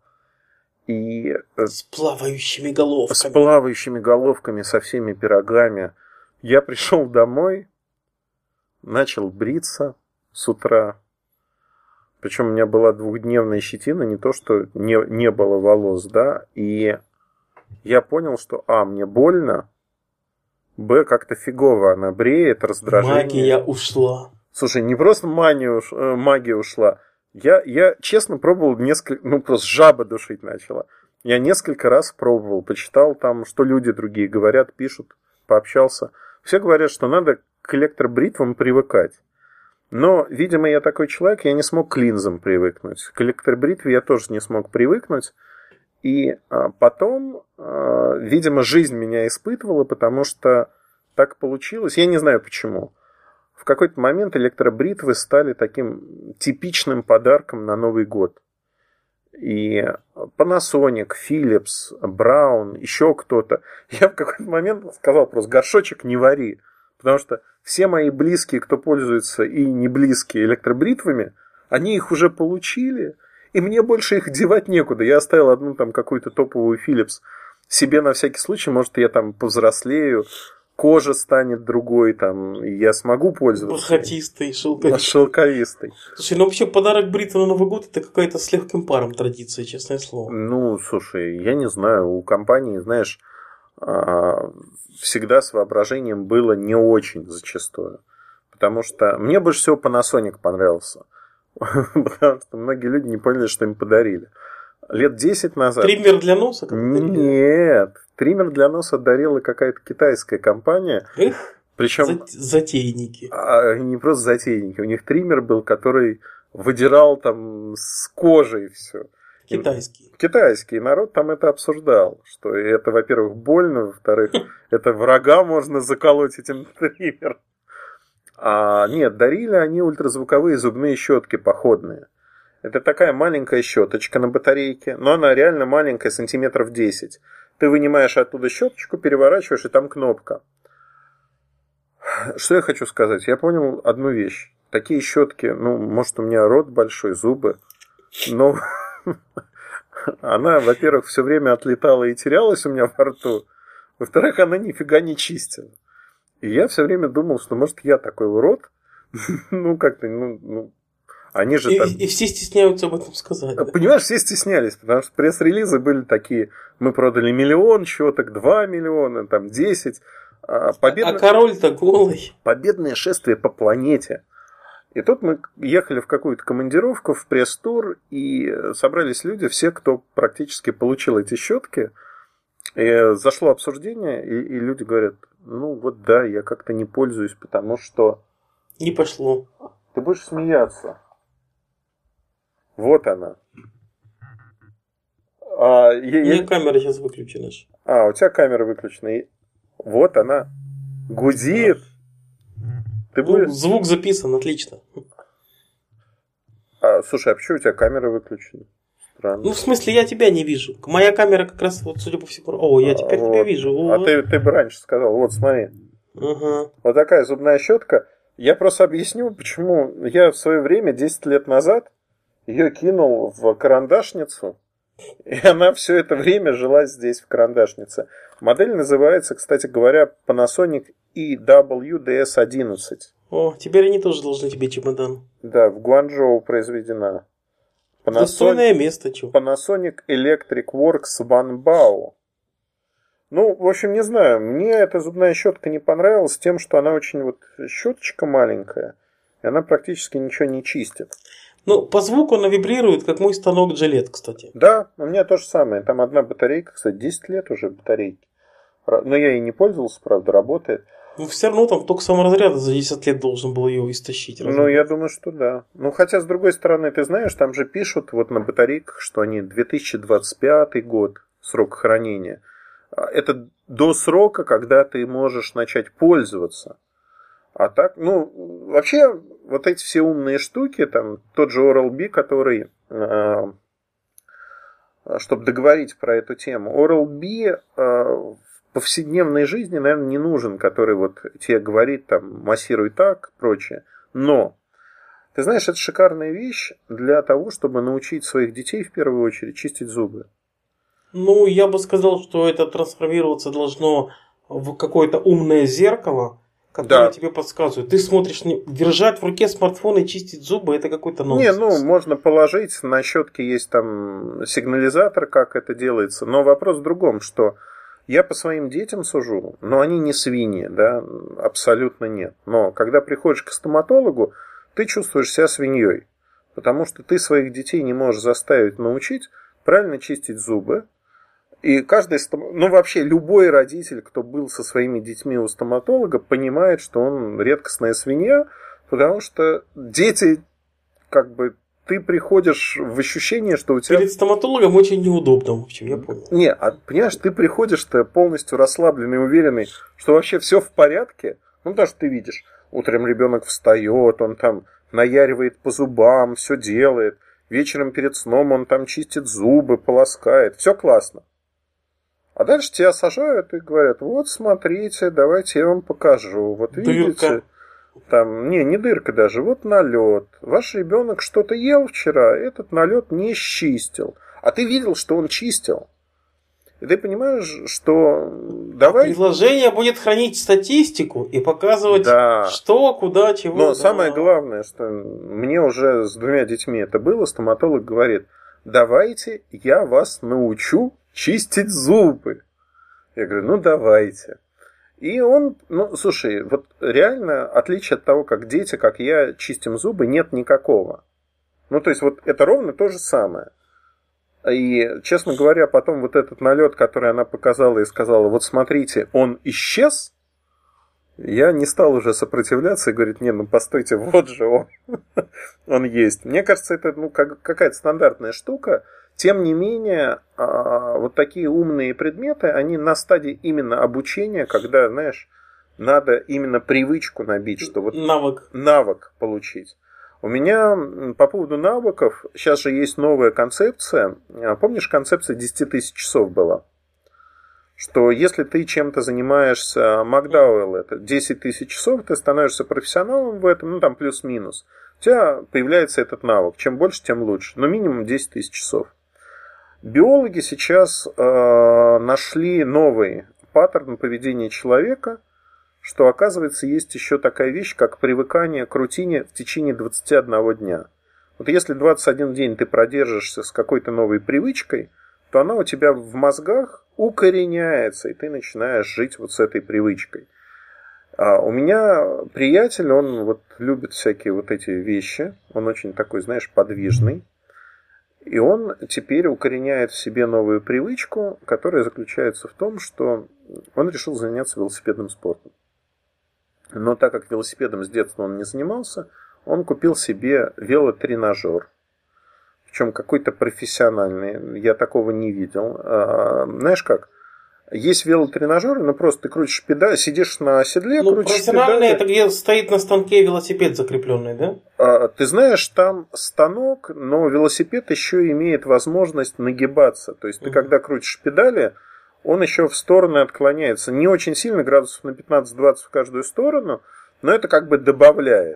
Speaker 1: И
Speaker 2: с плавающими головками.
Speaker 1: С плавающими головками, со всеми пирогами. Я пришел домой, начал бриться с утра. Причем у меня была двухдневная щетина, не то, что не, не было волос, да. И я понял, что а, мне больно, б, как-то фигово она бреет, раздражение.
Speaker 2: Магия ушла.
Speaker 1: Слушай, не просто мания, уш... магия ушла. Я, я честно пробовал несколько, ну просто жаба душить начала. Я несколько раз пробовал, почитал там, что люди другие говорят, пишут, пообщался. Все говорят, что надо к электробритвам привыкать. Но, видимо, я такой человек, я не смог к линзам привыкнуть. К электробритве я тоже не смог привыкнуть. И а, потом, а, видимо, жизнь меня испытывала, потому что так получилось. Я не знаю почему. В какой-то момент электробритвы стали таким типичным подарком на Новый год. И Panasonic, Philips, Braun, еще кто-то. Я в какой-то момент сказал просто: горшочек не вари. Потому что все мои близкие, кто пользуется и не близкие электробритвами, они их уже получили. И мне больше их девать некуда. Я оставил одну там какую-то топовую Philips себе на всякий случай. Может, я там повзрослею, кожа станет другой, там, и я смогу пользоваться.
Speaker 2: Бархатистый, шелковистый.
Speaker 1: Шелковистый.
Speaker 2: Слушай, ну вообще подарок бритвы на Новый год — это какая-то с легким паром традиция, честное слово.
Speaker 1: Ну, слушай, я не знаю, у компании, знаешь, всегда с воображением было не очень зачастую. Потому что мне больше всего Panasonic понравился. Потому что многие люди не поняли, что им подарили. Лет десять назад...
Speaker 2: Триммер для носа?
Speaker 1: Нет. Триммер для носа дарила какая-то китайская компания.
Speaker 2: Эх,
Speaker 1: причем
Speaker 2: затейники.
Speaker 1: А, не просто затейники. У них триммер был, который выдирал там с кожей все.
Speaker 2: Китайский.
Speaker 1: Китайский. И народ там это обсуждал. Что это, во-первых, больно. Во-вторых, это врага можно заколоть этим триммером. А нет, дарили они ультразвуковые зубные щетки походные. Это такая маленькая щеточка на батарейке, но она реально маленькая, сантиметров десять. Ты вынимаешь оттуда щеточку, переворачиваешь, и там кнопка. Что я хочу сказать? Я понял одну вещь. Такие щетки, ну, может, у меня рот большой, зубы, но она, во-первых, все время отлетала и терялась у меня во рту. Во-вторых, она нифига не чистила. И я все время думал, что, может, я такой урод. Ну, как-то, ну, ну, они же
Speaker 2: и,
Speaker 1: там...
Speaker 2: и все стесняются об этом сказать. Да?
Speaker 1: Понимаешь, все стеснялись, потому что пресс-релизы были такие. Мы продали миллион щеток, два миллиона, там, десять. А, победное...
Speaker 2: а король-то голый.
Speaker 1: Победное шествие по планете. И тут мы ехали в какую-то командировку, в пресс-тур, и собрались люди, все, кто практически получил эти щетки. И зашло обсуждение, и, и люди говорят: ну вот да, я как-то не пользуюсь, потому что...
Speaker 2: Не пошло.
Speaker 1: Ты будешь смеяться. Вот она. А,
Speaker 2: у меня
Speaker 1: я...
Speaker 2: камера сейчас выключена.
Speaker 1: А, у тебя камера выключена. И... Вот она. Гудит. Ты будешь...
Speaker 2: ну, звук записан, отлично.
Speaker 1: А, слушай, а почему у тебя камера выключена? Странно.
Speaker 2: Ну, в смысле, я тебя не вижу. Моя камера как раз, вот, судя по всему... О, я теперь а, тебя
Speaker 1: вот.
Speaker 2: вижу. О.
Speaker 1: А ты, ты бы раньше сказал. Вот, смотри.
Speaker 2: Ага.
Speaker 1: Вот такая зубная щетка. Я просто объясню, почему. Я в свое время, десять лет назад, ее кинул в карандашницу. И она все это время жила здесь, в карандашнице. Модель называется, кстати говоря, Panasonic и дабл ю ди эс одиннадцать.
Speaker 2: О, теперь они тоже должны тебе чемодан.
Speaker 1: Да, в Гуанчжоу произведена.
Speaker 2: Panasonic, достойное место, чё.
Speaker 1: Panasonic Electric Works Wanbao. Ну, в общем, не знаю. Мне эта зубная щетка не понравилась тем, что она очень вот щеточка маленькая, и она практически ничего не чистит.
Speaker 2: Ну, по звуку она вибрирует, как мой станок Gillette, кстати.
Speaker 1: Да, у меня то же самое. Там одна батарейка, кстати, десять лет уже батарейки. Но я ей не пользовался, правда, работает.
Speaker 2: Ну, все равно там только саморазряд за десять лет должен был ее истощить.
Speaker 1: Ну, я думаю, что да. Ну, хотя, с другой стороны, ты знаешь, там же пишут вот на батарейках, что они две тысячи двадцать пятый год, срок хранения. Это до срока, когда ты можешь начать пользоваться. А так, ну, вообще, вот эти все умные штуки, там, тот же Oral-B, который, э, чтобы договорить про эту тему, Oral-B э, в повседневной жизни, наверное, не нужен, который вот тебе говорит, там, массируй так, прочее. Но, ты знаешь, это шикарная вещь для того, чтобы научить своих детей, в первую очередь, чистить зубы.
Speaker 2: Ну, я бы сказал, что это трансформироваться должно в какое-то умное зеркало, которое да. тебе подсказывает. Ты смотришь, держать в руке смартфон и чистить зубы, это какой-то нонсенс.
Speaker 1: Не, ну, можно положить, на щетке есть там сигнализатор, как это делается. Но вопрос в другом, что я по своим детям сужу, но они не свиньи, да, абсолютно нет. Но когда приходишь к стоматологу, ты чувствуешь себя свиньей, потому что ты своих детей не можешь заставить научить правильно чистить зубы. И каждый, ну вообще любой родитель, кто был со своими детьми у стоматолога, понимает, что он редкостная свинья, потому что дети, как бы, ты приходишь в ощущение, что у тебя...
Speaker 2: Перед стоматологом очень неудобно, в общем, я понял.
Speaker 1: Не, а, понимаешь, ты приходишь-то полностью расслабленный, уверенный, что вообще все в порядке. Ну, даже ты видишь, утром ребенок встает, он там наяривает по зубам, все делает. Вечером перед сном он там чистит зубы, полоскает. Все классно. А дальше тебя сажают и говорят, вот смотрите, давайте я вам покажу. Вот видите,
Speaker 2: дырка.
Speaker 1: Там, не, не дырка даже, вот налет. Ваш ребенок что-то ел вчера, этот налет не чистил. А ты видел, что он чистил. И ты понимаешь, что давай...
Speaker 2: Приложение будет хранить статистику и показывать, да. что, куда, чего.
Speaker 1: Но
Speaker 2: да.
Speaker 1: самое главное, что мне уже с двумя детьми это было, стоматолог говорит, давайте я вас научу чистить зубы. Я говорю, ну давайте. И он, ну слушай, вот реально отличия от того, как дети, как я чистим зубы, нет никакого. Ну то есть вот это ровно то же самое. И, честно говоря, потом вот этот налет, который она показала и сказала, вот смотрите, он исчез, я не стал уже сопротивляться и говорить, не, ну постойте, вот же он, он есть. Мне кажется, это ну, как, какая-то стандартная штука. Тем не менее, вот такие умные предметы, они на стадии именно обучения, когда, знаешь, надо именно привычку набить, что вот
Speaker 2: навык,
Speaker 1: навык получить. У меня по поводу навыков, сейчас же есть новая концепция. Помнишь, концепция десять тысяч часов была? Что если ты чем-то занимаешься, Макдауэлл, это десять тысяч часов, ты становишься профессионалом в этом, ну там плюс-минус. У тебя появляется этот навык. Чем больше, тем лучше. Но минимум десять тысяч часов. Биологи сейчас э, нашли новый паттерн поведения человека, что, оказывается, есть еще такая вещь, как привыкание к рутине в течение двадцати одного дня. Вот если двадцать один день ты продержишься с какой-то новой привычкой, то она у тебя в мозгах укореняется, и ты начинаешь жить вот с этой привычкой. А у меня приятель, он вот любит всякие вот эти вещи, он очень такой, знаешь, подвижный. И он теперь укореняет в себе новую привычку, которая заключается в том, что он решил заняться велосипедным спортом. Но так как велосипедом с детства он не занимался, он купил себе велотренажер. Причем какой-то профессиональный. Я такого не видел. А, знаешь как? Есть велотренажеры, ну просто ты крутишь педаль, сидишь на седле,
Speaker 2: ну,
Speaker 1: крутишь педали.
Speaker 2: профессиональный это где стоит на станке велосипед закрепленный, да?
Speaker 1: А, ты знаешь, там станок, но велосипед еще имеет возможность нагибаться. То есть ты, угу. когда крутишь педали, он еще в стороны отклоняется. Не очень сильно, градусов на пятнадцать-двадцать в каждую сторону, но это как бы добавляет,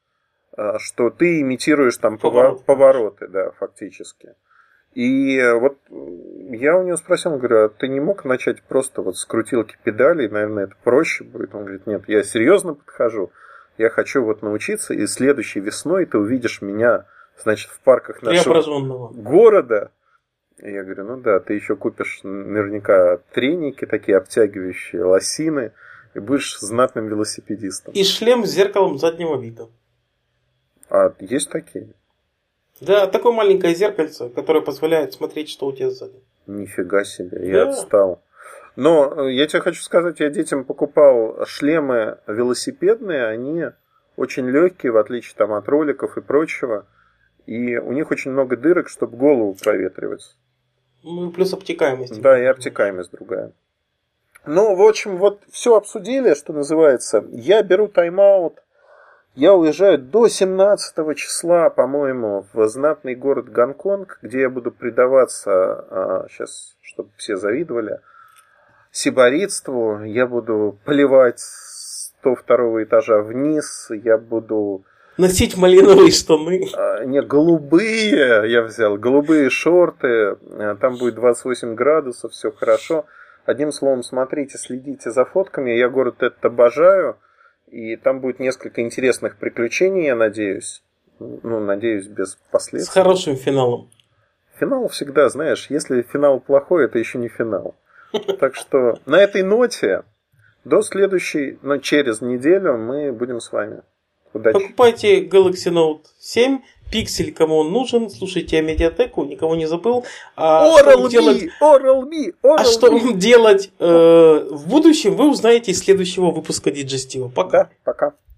Speaker 1: что ты имитируешь там Поворот. повороты, да, фактически. И вот я у него спросил, он говорю, а ты не мог начать просто вот с крутилки педалей, наверное, это проще будет? Он говорит, нет, я серьезно подхожу, я хочу вот научиться, и следующей весной ты увидишь меня, значит, в парках нашего города. И я говорю, ну да, ты еще купишь наверняка треники такие обтягивающие, лосины, и будешь знатным велосипедистом.
Speaker 2: И шлем с зеркалом заднего вида.
Speaker 1: А есть такие?
Speaker 2: Да, такое маленькое зеркальце, которое позволяет смотреть, что у тебя сзади.
Speaker 1: Нифига себе,
Speaker 2: Да.
Speaker 1: я отстал. Но я тебе хочу сказать, я детям покупал шлемы велосипедные, они очень легкие, в отличие там, от роликов и прочего. И у них очень много дырок, чтобы голову проветривать.
Speaker 2: Ну и плюс обтекаемость.
Speaker 1: Да, и обтекаемость другая. Ну, в общем, вот все обсудили, что называется. Я беру тайм-аут. Я уезжаю до семнадцатого числа, по-моему, в знатный город Гонконг, где я буду предаваться, сейчас, чтобы все завидовали, сиборитству. Я буду поливать с сто второго этажа вниз. Я буду...
Speaker 2: Носить малиновые штаны.
Speaker 1: А, не, голубые я взял. Голубые шорты. Там будет двадцать восемь градусов, все хорошо. Одним словом, смотрите, следите за фотками. Я город этот обожаю. И там будет несколько интересных приключений, я надеюсь. Ну, надеюсь, без последствий.
Speaker 2: С хорошим финалом.
Speaker 1: Финал всегда, знаешь, если финал плохой, это еще не финал. Так что на этой ноте до следующей, но через неделю мы будем с вами. Удачи.
Speaker 2: Покупайте Galaxy Note семь. Пиксель, кому он нужен, слушайте медиатеку, никого не забыл. А
Speaker 1: Oral-B,
Speaker 2: делать...
Speaker 1: Oral-B, Oral-B.
Speaker 2: А что делать э, в будущем, вы узнаете из следующего выпуска Диджестива. Пока.
Speaker 1: Да, пока.